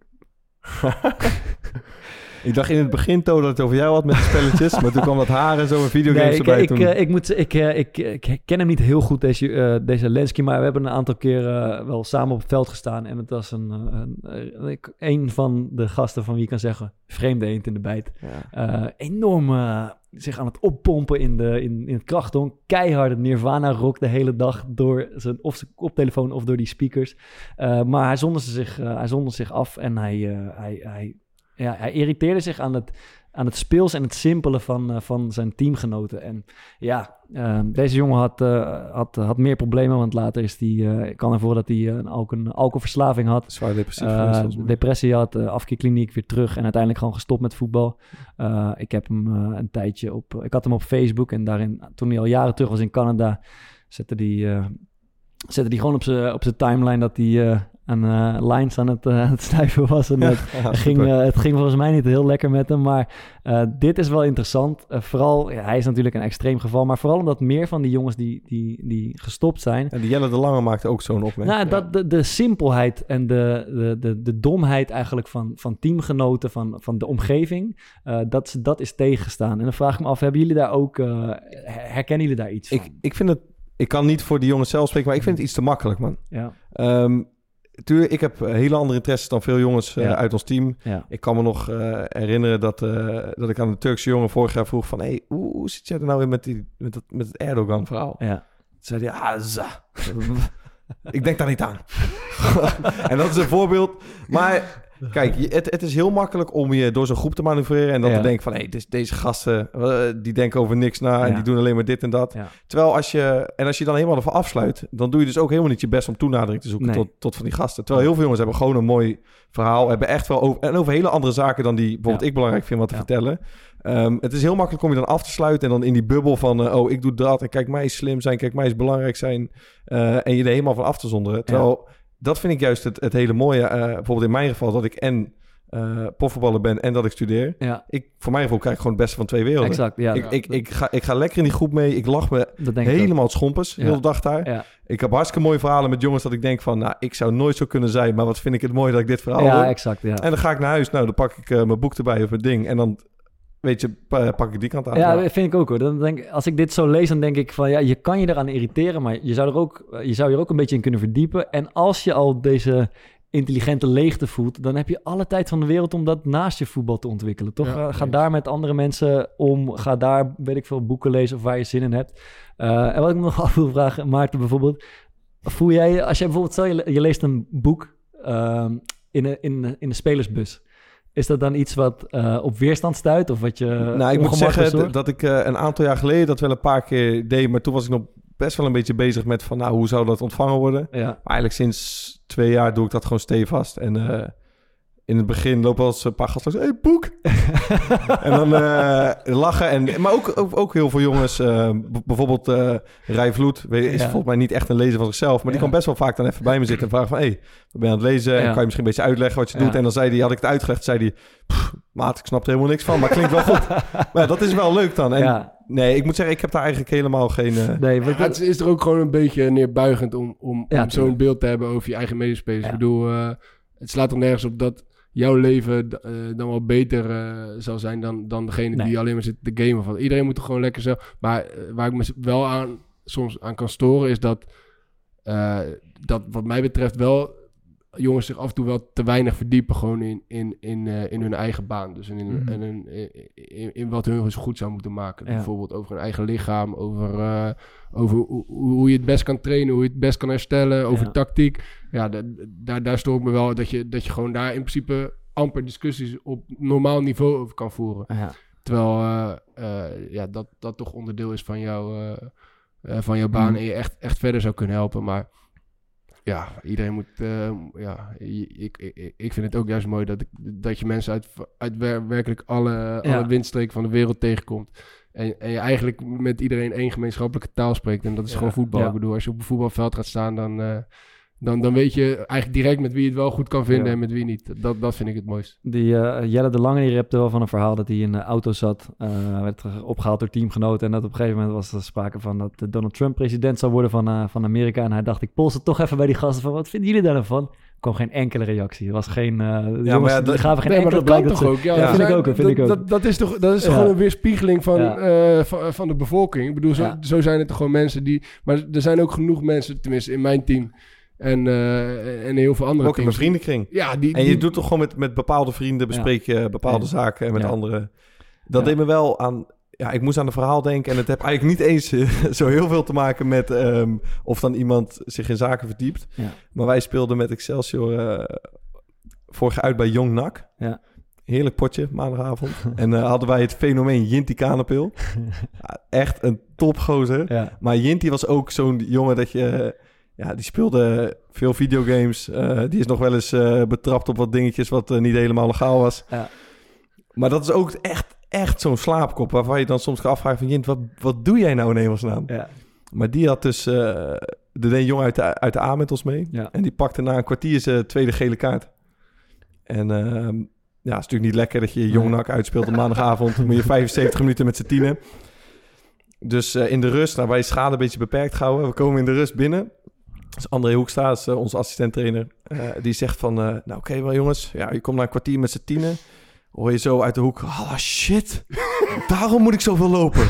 Ik dacht in het begin, Toon, dat het over jou had met de spelletjes. Maar toen kwam dat haar en zo en videogames nee, ik, erbij. Ik, toen... uh, ik, moet, ik, uh, ik, ik ken hem niet heel goed, deze, uh, deze Lenski. Maar we hebben een aantal keer uh, wel samen op het veld gestaan. En het was een, een, een, een van de gasten van wie ik kan zeggen... vreemde eend in de bijt. Ja. Uh, enorm uh, zich aan het oppompen in, de, in, in het krachthonk. Keihard het Nirvana-rock de hele dag door zijn, of zijn koptelefoon of door die speakers. Uh, maar hij zonderde zich, uh, hij zonderde zich af en hij... Uh, hij, hij Ja, hij irriteerde zich aan het, aan het speels en het simpele van, uh, van zijn teamgenoten. En ja, uh, deze jongen had, uh, had, had meer problemen, want later is die, uh, ik kan ervoor dat hij uh, een, alcohol, een alcoholverslaving had. Zwaar depressief. Uh, depressie had, uh, afkeerkliniek, weer terug en uiteindelijk gewoon gestopt met voetbal. Uh, ik heb hem uh, een tijdje op, ik had hem op Facebook en daarin, toen hij al jaren terug was in Canada, zette hij uh, zette die gewoon op zijn op zijn timeline dat hij... Uh, aan uh, lines aan het, uh, aan het snuiven was. En het, ja, ging, uh, het ging volgens mij niet heel lekker met hem. Maar uh, dit is wel interessant. Uh, vooral, ja, hij is natuurlijk een extreem geval. Maar vooral omdat meer van die jongens die, die, die gestopt zijn... En die Jelle de Lange maakte ook zo'n opmerking. Nou, dat, de, de simpelheid en de, de, de, de domheid eigenlijk van, van teamgenoten, van, van de omgeving... Uh, dat, dat is tegengestaan. En dan vraag ik me af, hebben jullie daar ook... Uh, herkennen jullie daar iets van? Ik, ik vind het... Ik kan niet voor die jongens zelf spreken, maar ik vind het iets te makkelijk, man. Ja. Um, Tuurlijk, ik heb hele andere interesses dan veel jongens uh, ja. uit ons team. Ja. Ik kan me nog uh, herinneren dat, uh, dat ik aan de Turkse jongen vorig jaar vroeg van... Hey, hoe, hoe zit jij er nou in met, die, met, dat, met het Erdogan-verhaal? Ja. Toen zei hij, ah, za. Ik denk daar niet aan. En dat is een voorbeeld. Maar kijk, het, het is heel makkelijk om je door zo'n groep te manoeuvreren... en dan ja. te denken van, hé, hey, deze, deze gasten, uh, die denken over niks na... en ja. die doen alleen maar dit en dat. Ja. Terwijl als je... En als je dan helemaal ervan afsluit... dan doe je dus ook helemaal niet je best om toenadering te zoeken... Nee. Tot, tot van die gasten. Terwijl heel veel jongens hebben gewoon een mooi verhaal... hebben echt wel over... en over hele andere zaken dan die bijvoorbeeld ja. ik belangrijk vind wat te ja. vertellen... Um, het is heel makkelijk om je dan af te sluiten... en dan in die bubbel van... Uh, oh, ik doe dat en kijk mij eens slim zijn... kijk mij eens belangrijk zijn... Uh, en je er helemaal van af te zonderen. Terwijl... Ja. Dat vind ik juist het, het hele mooie. Uh, bijvoorbeeld in mijn geval dat ik en uh, profvoetballer ben en dat ik studeer. Ja. Ik, voor mijn gevoel krijg ik gewoon het beste van twee werelden. Exact, ja. Ik, ik, ik, ga, ik ga lekker in die groep mee. Ik lach me helemaal het schompers. Ja. Heel de dag daar. Ja. Ik heb hartstikke mooie verhalen met jongens dat ik denk van... nou, ik zou nooit zo kunnen zijn... maar wat vind ik het mooi dat ik dit verhaal ja, hoor. Exact, ja. En dan ga ik naar huis. Nou, dan pak ik uh, mijn boek erbij of mijn ding. En dan... Weet je, pak ik die kant aan. Ja, dat vind ik ook hoor. Dan denk, als ik dit zo lees, dan denk ik van... ja, je kan je eraan irriteren... maar je zou er ook, je zou er ook een beetje in kunnen verdiepen. En als je al deze intelligente leegte voelt... dan heb je alle tijd van de wereld... om dat naast je voetbal te ontwikkelen, toch? Ja, ga daar met andere mensen om. Ga daar, weet ik veel, boeken lezen... of waar je zin in hebt. Uh, en wat ik me nog af wil vragen, Maarten bijvoorbeeld... voel jij, als je bijvoorbeeld... stel je, je leest een boek uh, in, een, in, in de spelersbus... Is dat dan iets wat uh, op weerstand stuit of wat je Nou, ik moet zeggen d- dat ik uh, een aantal jaar geleden dat wel een paar keer deed, maar toen was ik nog best wel een beetje bezig met van, nou, hoe zou dat ontvangen worden? Ja. Maar eigenlijk sinds twee jaar doe ik dat gewoon stevast. En uh, in het begin lopen als een paar gasten langs. Hé, hey, boek! En dan uh, lachen. En, maar ook, ook, ook heel veel jongens. Uh, b- bijvoorbeeld uh, Rij Vloed. Weet, is ja. volgens mij niet echt een lezer van zichzelf. Maar ja. die kwam best wel vaak dan even bij me zitten. En vragen van, hé, hey, wat ben je aan het lezen? Ja. En kan je misschien een beetje uitleggen wat je ja. doet? En dan zei hij, had ik het uitgelegd. zei hij, maat, ik snap er helemaal niks van. Maar het klinkt wel goed. Maar ja, dat is wel leuk dan. En ja. nee, ik moet zeggen, ik heb daar eigenlijk helemaal geen... Uh... Nee, ja, het is er ook gewoon een beetje neerbuigend om, om, ja, om zo'n beeld te hebben over je eigen medespelers. Ja. Ik bedoel, uh, het slaat er nergens op dat jouw leven uh, dan wel beter uh, zal zijn dan, dan degene nee. die alleen maar zit te gamen. Van. Iedereen moet er gewoon lekker zo... Maar uh, waar ik me wel aan, soms aan kan storen is dat, uh, dat wat mij betreft wel jongens zich af en toe wel te weinig verdiepen gewoon in, in, in, uh, in hun eigen baan. Dus in, mm-hmm. in, in, in, in wat hun zo goed zou moeten maken. Ja. Bijvoorbeeld over hun eigen lichaam, over, uh, over hoe, hoe je het best kan trainen, hoe je het best kan herstellen, over ja. tactiek. Ja, d- daar, daar stoor ik me wel dat je, dat je gewoon daar in principe amper discussies op normaal niveau over kan voeren. Ja. Terwijl uh, uh, ja, dat, dat toch onderdeel is van, jou, uh, uh, van jouw baan mm. en je echt, echt verder zou kunnen helpen. Maar ja, iedereen moet... Uh, ja, ik, ik, ik vind het ook juist mooi dat, ik, dat je mensen uit, uit werkelijk alle, ja. alle windstreken van de wereld tegenkomt. En, en je eigenlijk met iedereen één gemeenschappelijke taal spreekt. En dat is ja. gewoon voetbal. Ja. Ik bedoel, als je op een voetbalveld gaat staan, dan... Uh, Dan, dan weet je eigenlijk direct met wie je het wel goed kan vinden ja. en met wie niet. Dat, dat vind ik het mooist. Die uh, Jelle de Lange die repte wel van een verhaal dat hij in de auto zat. Uh, werd opgehaald door teamgenoten. En dat op een gegeven moment was er sprake van dat Donald Trump president zou worden van, uh, van Amerika. En hij dacht, ik polste toch even bij die gasten van, wat vinden jullie daar dan van? Er kwam geen enkele reactie. Er was geen... Uh, ja, jongens, maar ja, dat, gaven geen nee, enkele blijk. Dat toch ze, ook? Ja, ja, vind ik ook. Vind dat, ik ook. Dat, dat is toch dat is ja. gewoon een weerspiegeling van, ja. uh, van, van de bevolking. Ik bedoel, zo, ja. zo zijn het toch gewoon mensen die... Maar er zijn ook genoeg mensen, tenminste in mijn team... En, uh, en heel veel andere ook in mijn vriendenkring. Ja, die, en je die... doet toch gewoon met, met bepaalde vrienden bespreek je ja. bepaalde ja. zaken en met ja. anderen. Dat ja. deed me wel aan... Ja, ik moest aan een verhaal denken en het heeft eigenlijk niet eens zo heel veel te maken met um, of dan iemand zich in zaken verdiept. Ja. Maar wij speelden met Excelsior uh, vorig jaar uit bij Jong N A C. Ja. Heerlijk potje, maandagavond. En uh, hadden wij het fenomeen Jinty Kanepil. Ja, echt een topgozer. Ja. Maar Jinty was ook zo'n jongen dat je... Uh, Ja, die speelde veel videogames. Uh, die is nog wel eens uh, betrapt op wat dingetjes wat uh, niet helemaal legaal was. Ja. Maar dat is ook echt, echt zo'n slaapkop... waarvan je dan soms gaat afvragen van... Jint, wat, wat doe jij nou in hemelsnaam? Ja. Maar die had dus... Uh, de een jongen uit de, uit de A met ons mee. Ja. En die pakte na een kwartier zijn tweede gele kaart. En uh, ja, het is natuurlijk niet lekker... dat je Jong N A C uitspeelt op maandagavond. moet je vijfenzeventig minuten met z'n tienen. Dus uh, in de rust... Nou, wij schade een beetje beperkt gehouden. We komen in de rust binnen... Dus André Hoekstra, is, uh, onze assistent-trainer, uh, die zegt van... Uh, nou oké, okay, wel jongens, ja, je komt na een kwartier met z'n tienen. Hoor je zo uit de hoek... Oh shit, daarom moet ik zoveel lopen.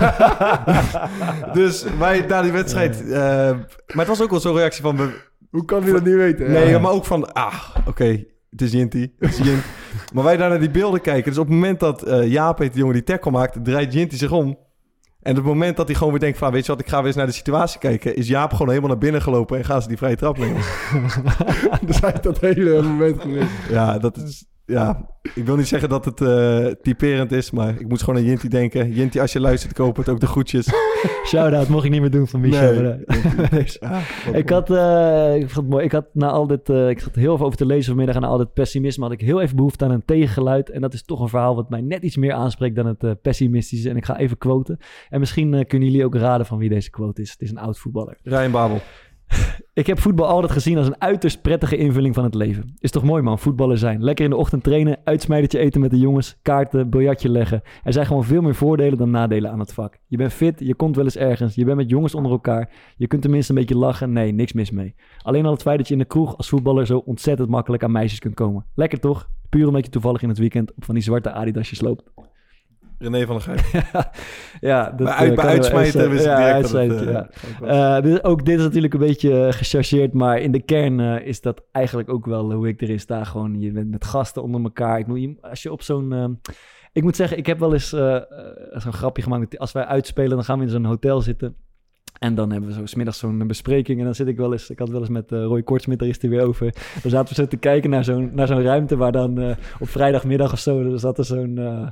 Dus wij na die wedstrijd... Uh, maar het was ook wel zo'n reactie van... We, Hoe kan hij dat niet weten? Nee, ja. maar ook van... Ah, oké, okay, het is Jinty. Het is Jint. Maar wij daar naar die beelden kijken. Dus op het moment dat uh, Jaap heet, de jongen die tackle maakt... draait Jinty zich om... En op het moment dat hij gewoon weer denkt van... weet je wat, ik ga weer eens naar de situatie kijken... is Jaap gewoon helemaal naar binnen gelopen... en gaan ze die vrije trap nemen. Dus hij heeft dat hele moment gemist. Ja, dat is... Ja, ik wil niet zeggen dat het uh, typerend is... maar ik moet gewoon aan Jinty denken. Jinty, als je luistert, koop het ook de groetjes. Shout-out, mocht ik niet meer doen van Michel. Nee, maar, nee. Ja, ik had... Uh, ik vond het mooi. Ik had na al dit... Uh, ik zat heel veel over te lezen vanmiddag... en na al dit pessimisme had ik heel even behoefte aan een tegengeluid. En dat is toch een verhaal wat mij net iets meer aanspreekt... dan het uh, pessimistische. En ik ga even quoten. En misschien uh, kunnen jullie ook raden van wie deze quote is. Het is een oud voetballer. Ryan Babel. Ik heb voetbal altijd gezien als een uiterst prettige invulling van het leven. Is toch mooi man, voetballer zijn. Lekker in de ochtend trainen, uitsmijdertje eten met de jongens, kaarten, biljartje leggen. Er zijn gewoon veel meer voordelen dan nadelen aan het vak. Je bent fit, je komt wel eens ergens, je bent met jongens onder elkaar. Je kunt tenminste een beetje lachen, nee, niks mis mee. Alleen al het feit dat je in de kroeg als voetballer zo ontzettend makkelijk aan meisjes kunt komen. Lekker toch? Puur omdat je toevallig in het weekend op van die zwarte Adidasjes loopt. René van der Gijp. ja, dat, bij, uit, uh, bij uitsmijten wist ik ja, direct dat het, uh, ja. uh, dus ook dit is natuurlijk een beetje uh, gechargeerd, maar in de kern uh, is dat eigenlijk ook wel hoe ik erin sta. Gewoon, je bent met gasten onder elkaar. Ik moet, als je op zo'n... Uh, ik moet zeggen, ik heb wel eens uh, uh, zo'n grapje gemaakt. Als wij uitspelen, dan gaan we in zo'n hotel zitten. En dan hebben we zo 's middags zo'n bespreking. En dan zit ik wel eens... Ik had wel eens met uh, Roy Kortsmit, daar is hij weer over. Dan zaten we zo te kijken naar zo'n, naar zo'n ruimte... waar dan uh, op vrijdagmiddag of zo... Er zat er zo'n, uh,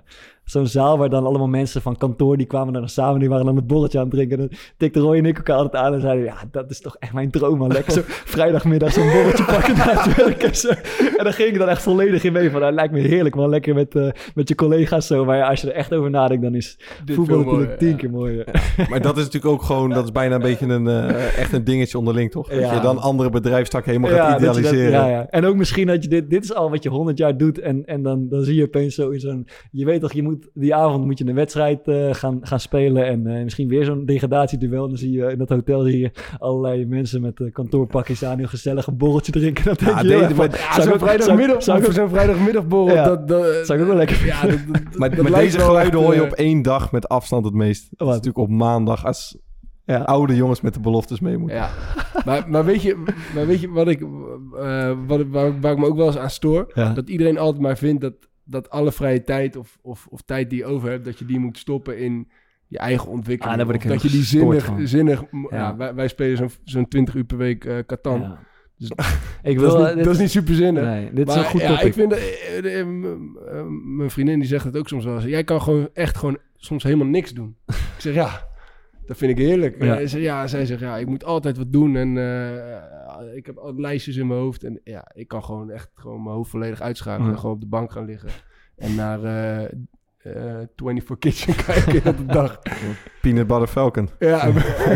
zo'n zaal waar dan allemaal mensen van kantoor... die kwamen dan samen, die waren dan het bolletje aan het drinken. En dan tikte Roy en ik elkaar altijd aan en zeiden... ja, dat is toch echt mijn droom, man. Lekker zo vrijdagmiddag zo'n bolletje pakken na het werk en zo. En dan ging ik dan echt volledig in mee van... dat lijkt me heerlijk, man. Lekker met, uh, met je collega's zo. Maar ja, als je er echt over nadenkt, dan is Dit voetbal natuurlijk mooi, tien ja. keer mooier. Ja. Maar dat is natuurlijk ook gewoon... dat is bijna een beetje een, uh, echt een dingetje onderling, toch? Dat ja. je dan andere bedrijfstakken helemaal ja, gaat idealiseren. Dat, ja, ja. En ook misschien dat je dit... dit is al wat je honderd jaar doet... en, en dan, dan zie je opeens zo in zo'n... je weet toch, je moet die avond moet je een wedstrijd uh, gaan, gaan spelen... en uh, misschien weer zo'n degradatieduel. Dan zie je in dat hotel zie je allerlei mensen met uh, kantoorpakjes aan... heel gezellig een borreltje drinken. Dat ja, denk je, de, maar, ja, zo'n vrijdagmiddag, zou ik zo'n vrijdagmiddagborrel... Ja, dat, dat, zou ik ook wel lekker ja, dat, dat, Maar dat met deze geluiden hoor je op uh, één dag met afstand het meest. Dat is natuurlijk op maandag als ja. oude jongens met de beloftes mee moeten. Ja. maar, maar, weet je, maar weet je wat ik, uh, wat, waar, waar ik me ook wel eens aan stoor? Ja. Dat iedereen altijd maar vindt dat, dat alle vrije tijd of, of, of tijd die je over hebt... dat je die moet stoppen in je eigen ontwikkeling. Ah, dat je die zinnig... zinnig ja. Ja, wij, wij spelen zo'n, zo'n twintig uur per week uh, Catan. Ja. Dus, ik wil, dat, is niet, dit, dat is niet super zinnig. Nee, dit maar, is een goed ja, topic. ik vind dat, uh, uh, uh, mijn vriendin die zegt het ook soms wel eens. Jij kan gewoon echt gewoon soms helemaal niks doen. Ik zeg ja, dat vind ik heerlijk. Ja. Uh, zij, ja, zij zegt ja, ik moet altijd wat doen en uh, ik heb altijd lijstjes in mijn hoofd en ja, ik kan gewoon echt gewoon mijn hoofd volledig uitschakelen, Ja. gewoon op de bank gaan liggen en naar uh, uh, twenty-four Kitchen kijken op de dag. Peanut Butter Falcon. Ja.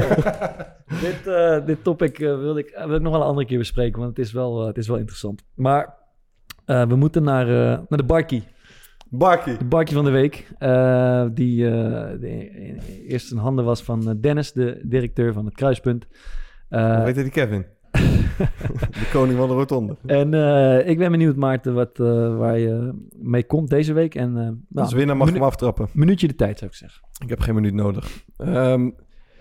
dit, uh, dit topic uh, wil, ik, uh, wil ik nog wel een andere keer bespreken, want het is wel, uh, het is wel interessant. Maar uh, we moeten naar, uh, naar de Barkie. Barkie. De Barkie van de week. Uh, die uh, de, eerst in handen was van Dennis, de directeur van het Kruispunt. Uh, Hoe heet die Kevin? De koning van de rotonde. En uh, ik ben benieuwd, Maarten, wat, uh, waar je mee komt deze week. En, uh, nou, als winnaar mag je hem aftrappen. Minuutje de tijd, zou ik zeggen. Ik heb geen minuut nodig. Um,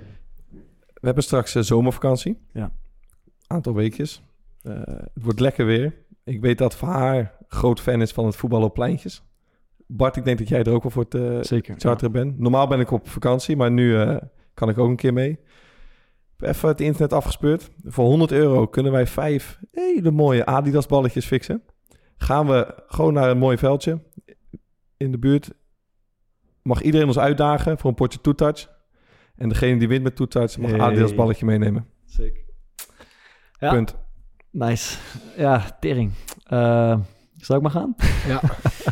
we hebben straks uh, zomervakantie. Ja. Aantal weekjes. Uh, het wordt lekker weer. Ik weet dat voor haar groot fan is van het voetbal op pleintjes. Bart, ik denk dat jij er ook wel voor te uh, Zeker, charteren ja. bent. Normaal ben ik op vakantie, maar nu uh, kan ik ook een keer mee. Ik heb even het internet afgespeurd. Voor honderd euro kunnen wij vijf hele mooie Adidas balletjes fixen. Gaan we gewoon naar een mooi veldje in de buurt. Mag iedereen ons uitdagen voor een potje two-touch. En degene die wint met two-touch mag een hey. Adidas balletje meenemen. Zeker. Ja. Punt. Nice. Ja, tering. Uh, zal ik maar gaan? Ja.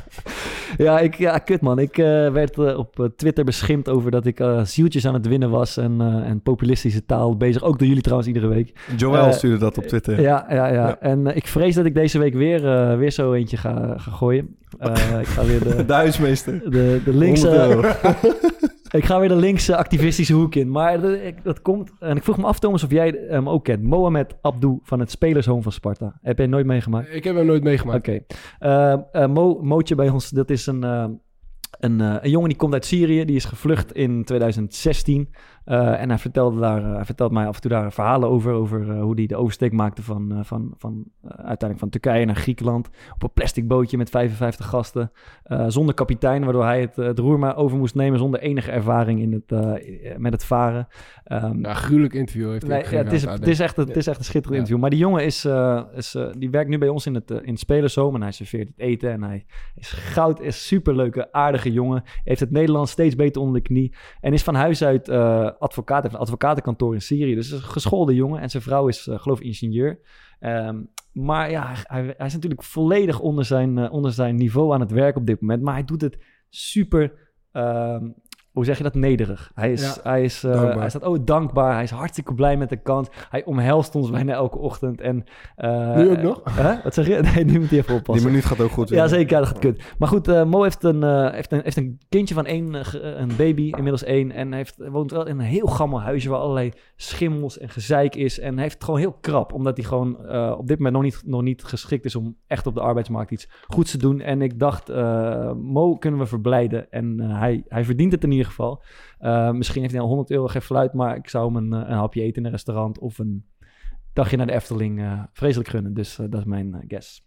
Ja, ik, ja, kut man. Ik uh, werd uh, op uh, Twitter beschimpt over dat ik uh, zieltjes aan het winnen was en, uh, en populistische taal bezig. Ook door jullie trouwens iedere week. Joël uh, stuurde dat op Twitter. Ja, ja, ja. ja. En uh, ik vrees dat ik deze week weer, uh, weer zo eentje ga, ga gooien. Uh, ik ga weer de... de huismeester. De, de linkse... Ik ga weer de linkse activistische hoek in. Maar dat, ik, dat komt... En ik vroeg me af, Thomas, of jij hem ook kent. Mohamed Abdou van het Spelershome van Sparta. Heb jij hem nooit meegemaakt? Ik heb hem nooit meegemaakt. Oké. Okay. Uh, uh, Mo, Mootje bij ons, dat is een... Uh, Een, uh, een jongen die komt uit Syrië, die is gevlucht in twintig zestien. Uh, en hij vertelde, daar, uh, hij vertelde mij af en toe daar verhalen over, over uh, hoe hij de oversteek maakte van, uh, van, van uh, uiteindelijk van Turkije naar Griekenland. Op een plastic bootje met vijfenvijftig gasten, uh, zonder kapitein, waardoor hij het, uh, het roer maar over moest nemen zonder enige ervaring in het, uh, met het varen. Um, ja, gruwelijk interview heeft hij nee, ja, het, is, het, is echt, het is echt een schitterend ja. interview. Maar die jongen is, uh, is, uh, die werkt nu bij ons in het, uh, in het Spelershome en hij serveert het eten en hij is goud, is superleuke, aardige jongen. Heeft het Nederlands steeds beter onder de knie. En is van huis uit uh, advocaat. Heeft een advocatenkantoor in Syrië. Dus is een geschoolde jongen. En zijn vrouw is, uh, geloof ik, ingenieur. Um, maar ja, hij, hij is natuurlijk volledig onder zijn, uh, onder zijn niveau aan het werk op dit moment. Maar hij doet het super... Uh, hoe zeg je dat? Nederig. Hij is, ja, hij is uh, hij staat oh, dankbaar. Hij is hartstikke blij met de kans. Hij omhelst ons bijna elke ochtend. En, uh, nu ook nog? Uh, wat zeg je? Nee, nu moet hij even oppassen. Die minuut gaat ook goed. Ja, zeker. Ja, dat gaat kut. Maar goed, uh, Mo heeft een, uh, heeft, een, heeft een kindje van één, uh, een baby, inmiddels één. En heeft, woont wel in een heel gammel huisje waar allerlei schimmels en gezeik is. En hij heeft het gewoon heel krap. Omdat hij gewoon uh, op dit moment nog niet, nog niet geschikt is om echt op de arbeidsmarkt iets goeds te doen. En ik dacht, uh, Mo kunnen we verblijden. En uh, hij, hij verdient het in ieder geval. Uh, misschien heeft hij al honderd euro geen fluit, maar ik zou hem een, een hapje eten in een restaurant of een dagje naar de Efteling uh, vreselijk gunnen. Dus uh, dat is mijn uh, guess.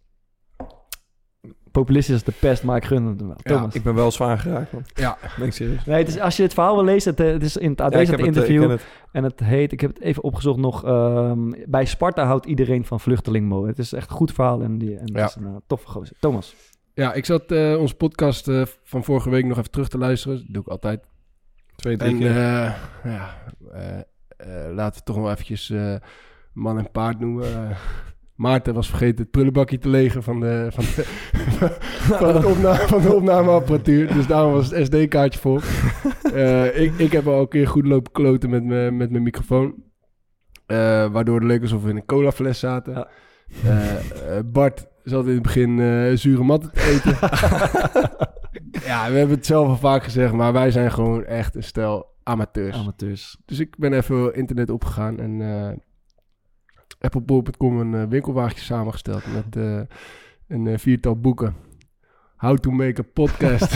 Populistisch is de pest, maar ik gun het hem wel. Ja, Thomas. Ik ben wel zwaar geraakt, man. Ja. Ben ik serieus? Nee, het is, als je het verhaal wil lezen, het, het is in het A D ja, het interview. Het, het. En het heet, ik heb het even opgezocht nog, um, bij Sparta houdt iedereen van vluchteling Mo. Het is echt een goed verhaal en, die, en ja. het is een uh, toffe gozer. Thomas. Ja, ik zat uh, onze podcast uh, van vorige week nog even terug te luisteren. Dat doe ik altijd. Twee, drie en, keer. Uh, ja, uh, uh, laten we toch nog eventjes uh, man en paard noemen. Uh, Maarten was vergeten het prullenbakje te legen van de, van de, van het opna- van de opnameapparatuur. Dus daarom was het S D-kaartje vol. Uh, ik, ik heb al een keer goed lopen kloten met, me, met mijn microfoon. Uh, waardoor het leek alsof we in een colafles zaten. Ja. Uh, uh, Bart zat in het begin uh, zure matten te eten. Ja, we hebben het zelf al vaak gezegd, maar wij zijn gewoon echt een stel amateurs. Amateurs. Dus ik ben even internet opgegaan en uh, heb op bol punt com een uh, winkelwagentje samengesteld met uh, een uh, viertal boeken. How to make a podcast.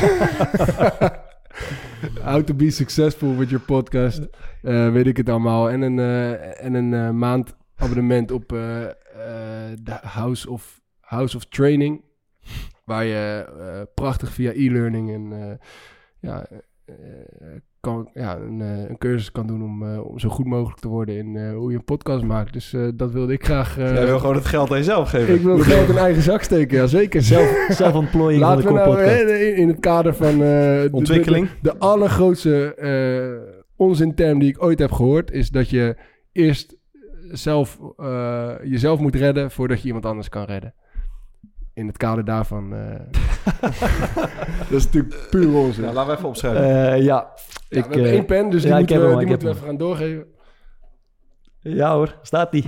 How to be successful with your podcast. Uh, weet ik het allemaal. En een, uh, en een uh, maand abonnement op uh, uh, de House of, House of Training. Waar je uh, prachtig via e-learning en uh, ja, uh, kan, ja, een, uh, een cursus kan doen om, uh, om zo goed mogelijk te worden in uh, hoe je een podcast maakt. Dus uh, dat wilde ik graag... Uh, Jij wil gewoon het geld aan jezelf geven. Ik wil het geld in eigen zak steken, ja zeker. Zelf, zelfontplooiing van de Laten we nou podcast. in, in het kader van... Uh, Ontwikkeling. De, de, de allergrootste uh, onzinterm die ik ooit heb gehoord... is dat je eerst zelf, uh, jezelf moet redden voordat je iemand anders kan redden. In het kader daarvan... Uh, dat is natuurlijk puur onzin. Nou, laten we even opschrijven. Uh, ja, Ja, ik, we hebben uh, één pen, dus die ja, moeten ik we, heb hem, die ik moeten we heb even gaan doorgeven. Ja hoor, staat die.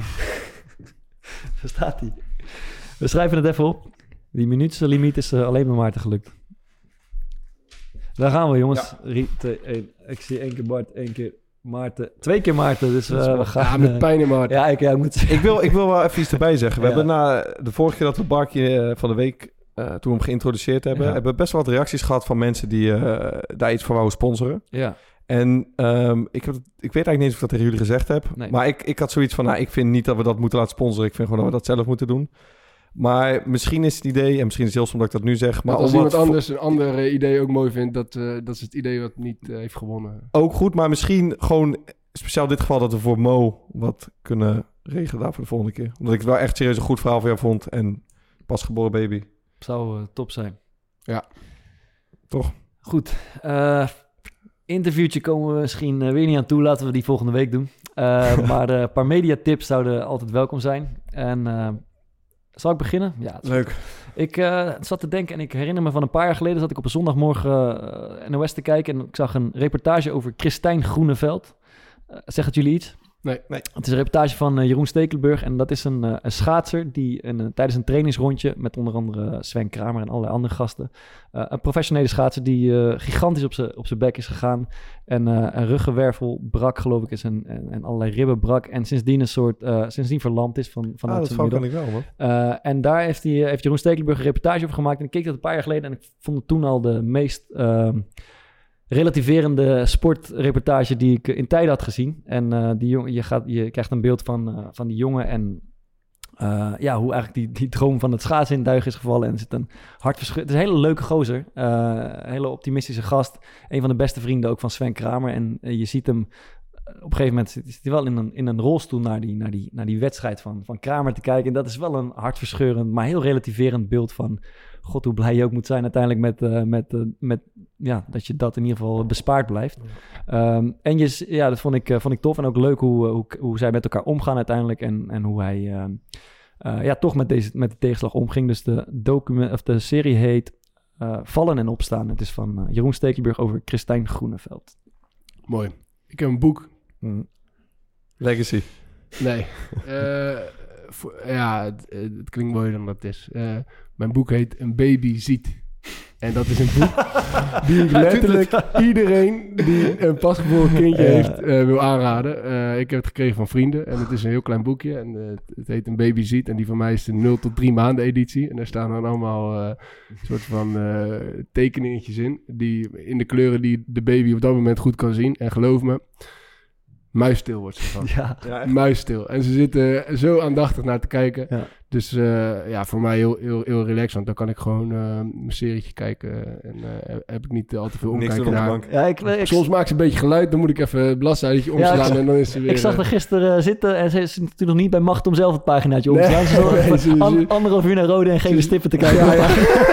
Daar staat die. We schrijven het even op. Die minuutslimiet is uh, alleen maar Maarten gelukt. Daar gaan we, jongens. Ja. Rie, twee, één. Ik zie één keer Bart, één keer Maarten. Twee keer Maarten, dus uh, we gaan... Ja, met pijn in mijn hart. Ja, ik, ja, ik, moet... ik, wil, ik wil wel even iets erbij zeggen. We Ja. hebben na de vorige keer dat we Barkje uh, van de week... Uh, toen we hem geïntroduceerd hebben... Ja. hebben we best wel wat reacties gehad van mensen... die uh, daar iets van wouden sponsoren. Ja. En um, ik, heb het, ik weet eigenlijk niet eens of ik dat tegen jullie gezegd heb. Nee. Maar ik, ik had zoiets van... Nou, ik vind niet dat we dat moeten laten sponsoren. Ik vind gewoon dat we dat zelf moeten doen. Maar misschien is het idee... en misschien is het heel stom dat ik dat nu zeg... maar Maar als om iemand wat, anders een ander uh, idee ook mooi vindt... Dat, uh, dat is het idee wat niet uh, heeft gewonnen. ook goed, maar misschien gewoon... speciaal in dit geval dat we voor Mo... wat kunnen regelen daar voor de volgende keer. Omdat ik het wel echt serieus een goed verhaal van jou vond... en pasgeboren baby. Zou uh, top zijn. Ja. Toch? Goed. Uh, interviewtje komen we misschien uh, weer niet aan toe. Laten we die volgende week doen. Uh, maar uh, een paar mediatips zouden altijd welkom zijn. En uh, zal ik beginnen? Ja, Leuk. Ik uh, zat te denken en ik herinner me van een paar jaar geleden... zat ik op een zondagmorgen uh, N O S te kijken... en ik zag een reportage over Christijn Groeneveld. Uh, zegt het jullie iets? Nee. nee. Het is een reportage van uh, Jeroen Stekelenburg... en dat is een, uh, een schaatser die een, uh, tijdens een trainingsrondje... met onder andere Sven Kramer en allerlei andere gasten... Uh, een professionele schaatser die uh, gigantisch op zijn op zijn bek is gegaan... en uh, een ruggenwervel brak, geloof ik, is en, en, en allerlei ribben brak... en sindsdien een soort, uh, sindsdien verlamd is van, van Ah, dat zijn kan ik wel, man. Uh, en daar heeft, hij, heeft Jeroen Stekelenburg een reportage over gemaakt... en ik keek dat een paar jaar geleden... en ik vond het toen al de meest... Uh, relativerende sportreportage die ik in tijden had gezien. En uh, die jongen, je, gaat, je krijgt een beeld van, uh, van die jongen en uh, ja, hoe eigenlijk die, die droom van het schaatsen in duigen is gevallen. En er zit een hartverschut. Het is een hele leuke gozer. Uh, een hele optimistische gast. Een van de beste vrienden ook van Sven Kramer. En uh, je ziet hem... Op een gegeven moment zit hij wel in een, in een rolstoel naar die, naar die, naar die wedstrijd van, van Kramer te kijken. En dat is wel een hartverscheurend, maar heel relativerend beeld van... God, hoe blij je ook moet zijn uiteindelijk met, uh, met, uh, met ja, dat je dat in ieder geval bespaard blijft. Um, en je, ja, dat vond ik, uh, vond ik tof en ook leuk hoe, hoe, hoe zij met elkaar omgaan uiteindelijk. En, en hoe hij uh, uh, ja, toch met, deze, met de tegenslag omging. Dus de, document, of de serie heet uh, Vallen en Opstaan. Het is van uh, Jeroen Stekelenburg over Christijn Groeneveld. Mooi. Ik heb een boek. Mm. Legacy. Nee. uh, voor, ja, het, het klinkt mooier dan dat het is. Uh, mijn boek heet Een baby ziet. En dat is een boek die ik letterlijk iedereen die een pasgeboren kindje ja. heeft uh, wil aanraden. Uh, ik heb het gekregen van vrienden en het is een heel klein boekje. En uh, het heet Een baby ziet. En die van mij is de nul tot drie maanden editie. En daar staan dan allemaal uh, een soort van uh, tekeningetjes in. Die in de kleuren die de baby op dat moment goed kan zien. En geloof me... muisstil wordt ze van. Ja. Ja, Muisstil. En ze zitten zo aandachtig naar te kijken. Ja. Dus uh, ja, voor mij heel, heel, heel relaxed. Want dan kan ik gewoon uh, mijn serietje kijken. En uh, heb ik niet al te veel niks omkijken doen op de naar. bank. Ja, ik, ik, Soms maakt ze een beetje geluid. Dan moet ik even het bladzijde omslaan. Ja, ik, en dan is ze weer... ik zag er gisteren uh, zitten en ze is natuurlijk nog niet bij macht om zelf het paginaatje om te Nee, slaan. Ze nee, zat ze- an, ze- anderhalf uur naar rode en gele stippen te kijken. Ja, ja.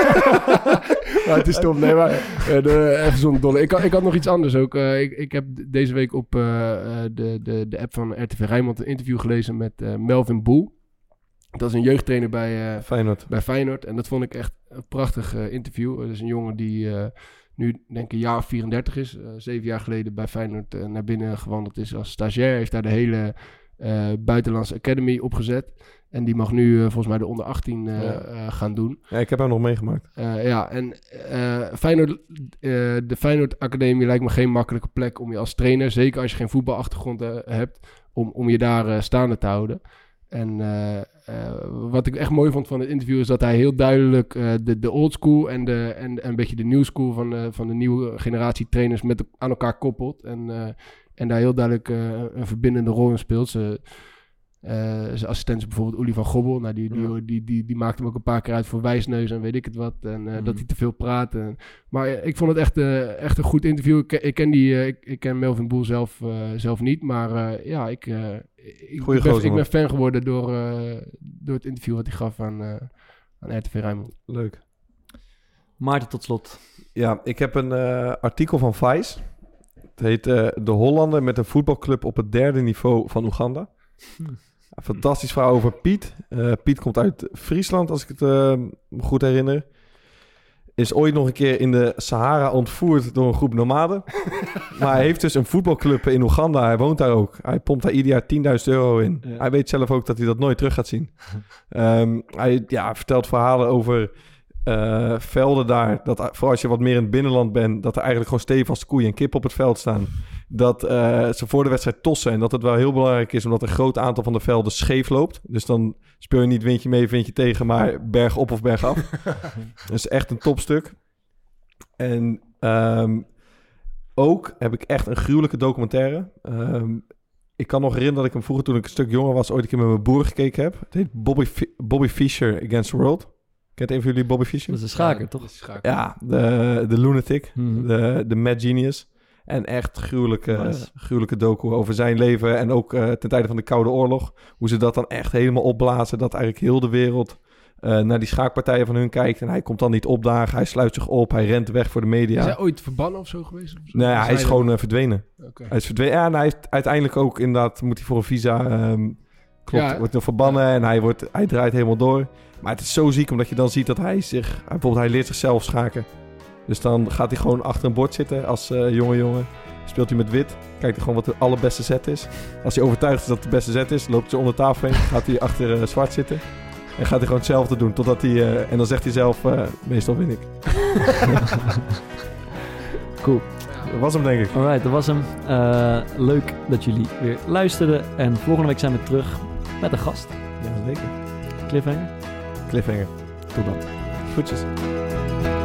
Ja, het is top. Nee, maar uh, de, even zo'n dolle. Ik, had- ik had nog iets anders ook. Uh, ik, ik heb d- deze week op uh, uh, de, de, de app van R T V Rijnmond een interview gelezen met uh, Melvin Boel. Dat is een jeugdtrainer bij, uh, Feyenoord. bij Feyenoord. En dat vond ik echt een prachtig uh, interview. Dat is een jongen die uh, nu denk ik een jaar of vierendertig is. Uh, zeven jaar geleden bij Feyenoord uh, naar binnen gewandeld is als stagiair. Heeft daar de hele uh, buitenlandse academy opgezet. En die mag nu uh, volgens mij de onder achttien uh, Ja. uh, gaan doen. Ja, ik heb hem nog meegemaakt. Uh, ja, en uh, Feyenoord, uh, de Feyenoord Academie lijkt me geen makkelijke plek om je als trainer, zeker als je geen voetbalachtergrond uh, hebt, om, om je daar uh, staande te houden. En uh, uh, wat ik echt mooi vond van het interview is dat hij heel duidelijk uh, de, de old school en, de, en, en een beetje de new school van, uh, van de nieuwe generatie trainers met, aan elkaar koppelt. En, uh, en daar heel duidelijk uh, een verbindende rol in speelt. Ze, Uh, zijn assistent is bijvoorbeeld Uli van Gobbel. Nou, die, die, Ja. die, die, die, die maakte hem ook een paar keer uit voor wijsneus en weet ik het wat. En uh, Mhm. dat hij te veel praat. En, maar uh, ik vond het echt, uh, echt een goed interview. Ik, ik, ken, die, uh, ik, ik ken Melvin Boel zelf, uh, zelf niet. Maar uh, ja, ik, uh, ik, Goeie ik, ben, gozer, ik ben man. fan geworden door, uh, door het interview wat hij gaf aan, uh, aan R T V Rijnmond. Leuk. Maarten, tot slot. Ja, ik heb een uh, artikel van Vice. Het heet uh, De Hollander met een voetbalclub op het derde niveau van Oeganda. Hm. Een fantastisch verhaal over Piet. Uh, Piet komt uit Friesland, als ik het uh, me goed herinner. Is ooit nog een keer in de Sahara ontvoerd door een groep nomaden. Maar hij heeft dus een voetbalclub in Oeganda. Hij woont daar ook. Hij pompt daar ieder jaar tienduizend euro in. Ja. Hij weet zelf ook dat hij dat nooit terug gaat zien. um, hij ja, vertelt verhalen over uh, velden daar. Dat vooral als je wat meer in het binnenland bent, dat er eigenlijk gewoon stevast koeien en kip op het veld staan. Dat uh, ze voor de wedstrijd tossen en dat het wel heel belangrijk is, omdat een groot aantal van de velden scheef loopt. Dus dan speel je niet windje mee, windje tegen, maar berg op of berg af. Dat is echt een topstuk. En um, ook heb ik echt een gruwelijke documentaire. Um, ik kan nog herinneren dat ik hem vroeger, toen ik een stuk jonger was, ooit een keer met mijn broer gekeken heb. Het heet Bobby, F- Bobby Fischer Against the World. Kent een van jullie Bobby Fischer? Dat is een schaker, Ja, toch? dat is schaker. Ja, de, de lunatic, Mhm. de, de mad genius. En echt gruwelijke, Nice. gruwelijke docu over zijn leven. En ook uh, ten tijde van de Koude Oorlog. Hoe ze dat dan echt helemaal opblazen. Dat eigenlijk heel de wereld uh, naar die schaakpartijen van hun kijkt. En hij komt dan niet opdagen. Hij sluit zich op. Hij rent weg voor de media. Is hij ooit verbannen of zo geweest? Of zo? Nee, hij is er- gewoon uh, verdwenen. Oké. Hij is verdwenen. Ja, en hij heeft uiteindelijk ook inderdaad... moet hij voor een visa... Um, klopt, Ja. wordt nog verbannen. En hij, wordt, hij draait helemaal door. Maar het is zo ziek, omdat je dan ziet dat hij zich... Hij, bijvoorbeeld, hij leert zichzelf schaken. Dus dan gaat hij gewoon achter een bord zitten als uh, jonge jongen. Speelt hij met wit. Kijkt hij gewoon wat de allerbeste zet is. Als hij overtuigd is dat het de beste zet is, loopt hij onder tafel heen. Gaat hij achter uh, zwart zitten. En gaat hij gewoon hetzelfde doen. Totdat hij... Uh, en dan zegt hij zelf, uh, meestal win ik. Cool. Dat was hem, denk ik. Alright, dat was hem. Uh, leuk dat jullie weer luisterden. En volgende week zijn we terug met een gast. Ja, zeker. Cliffhanger. Cliffhanger. Tot dan. Groetjes.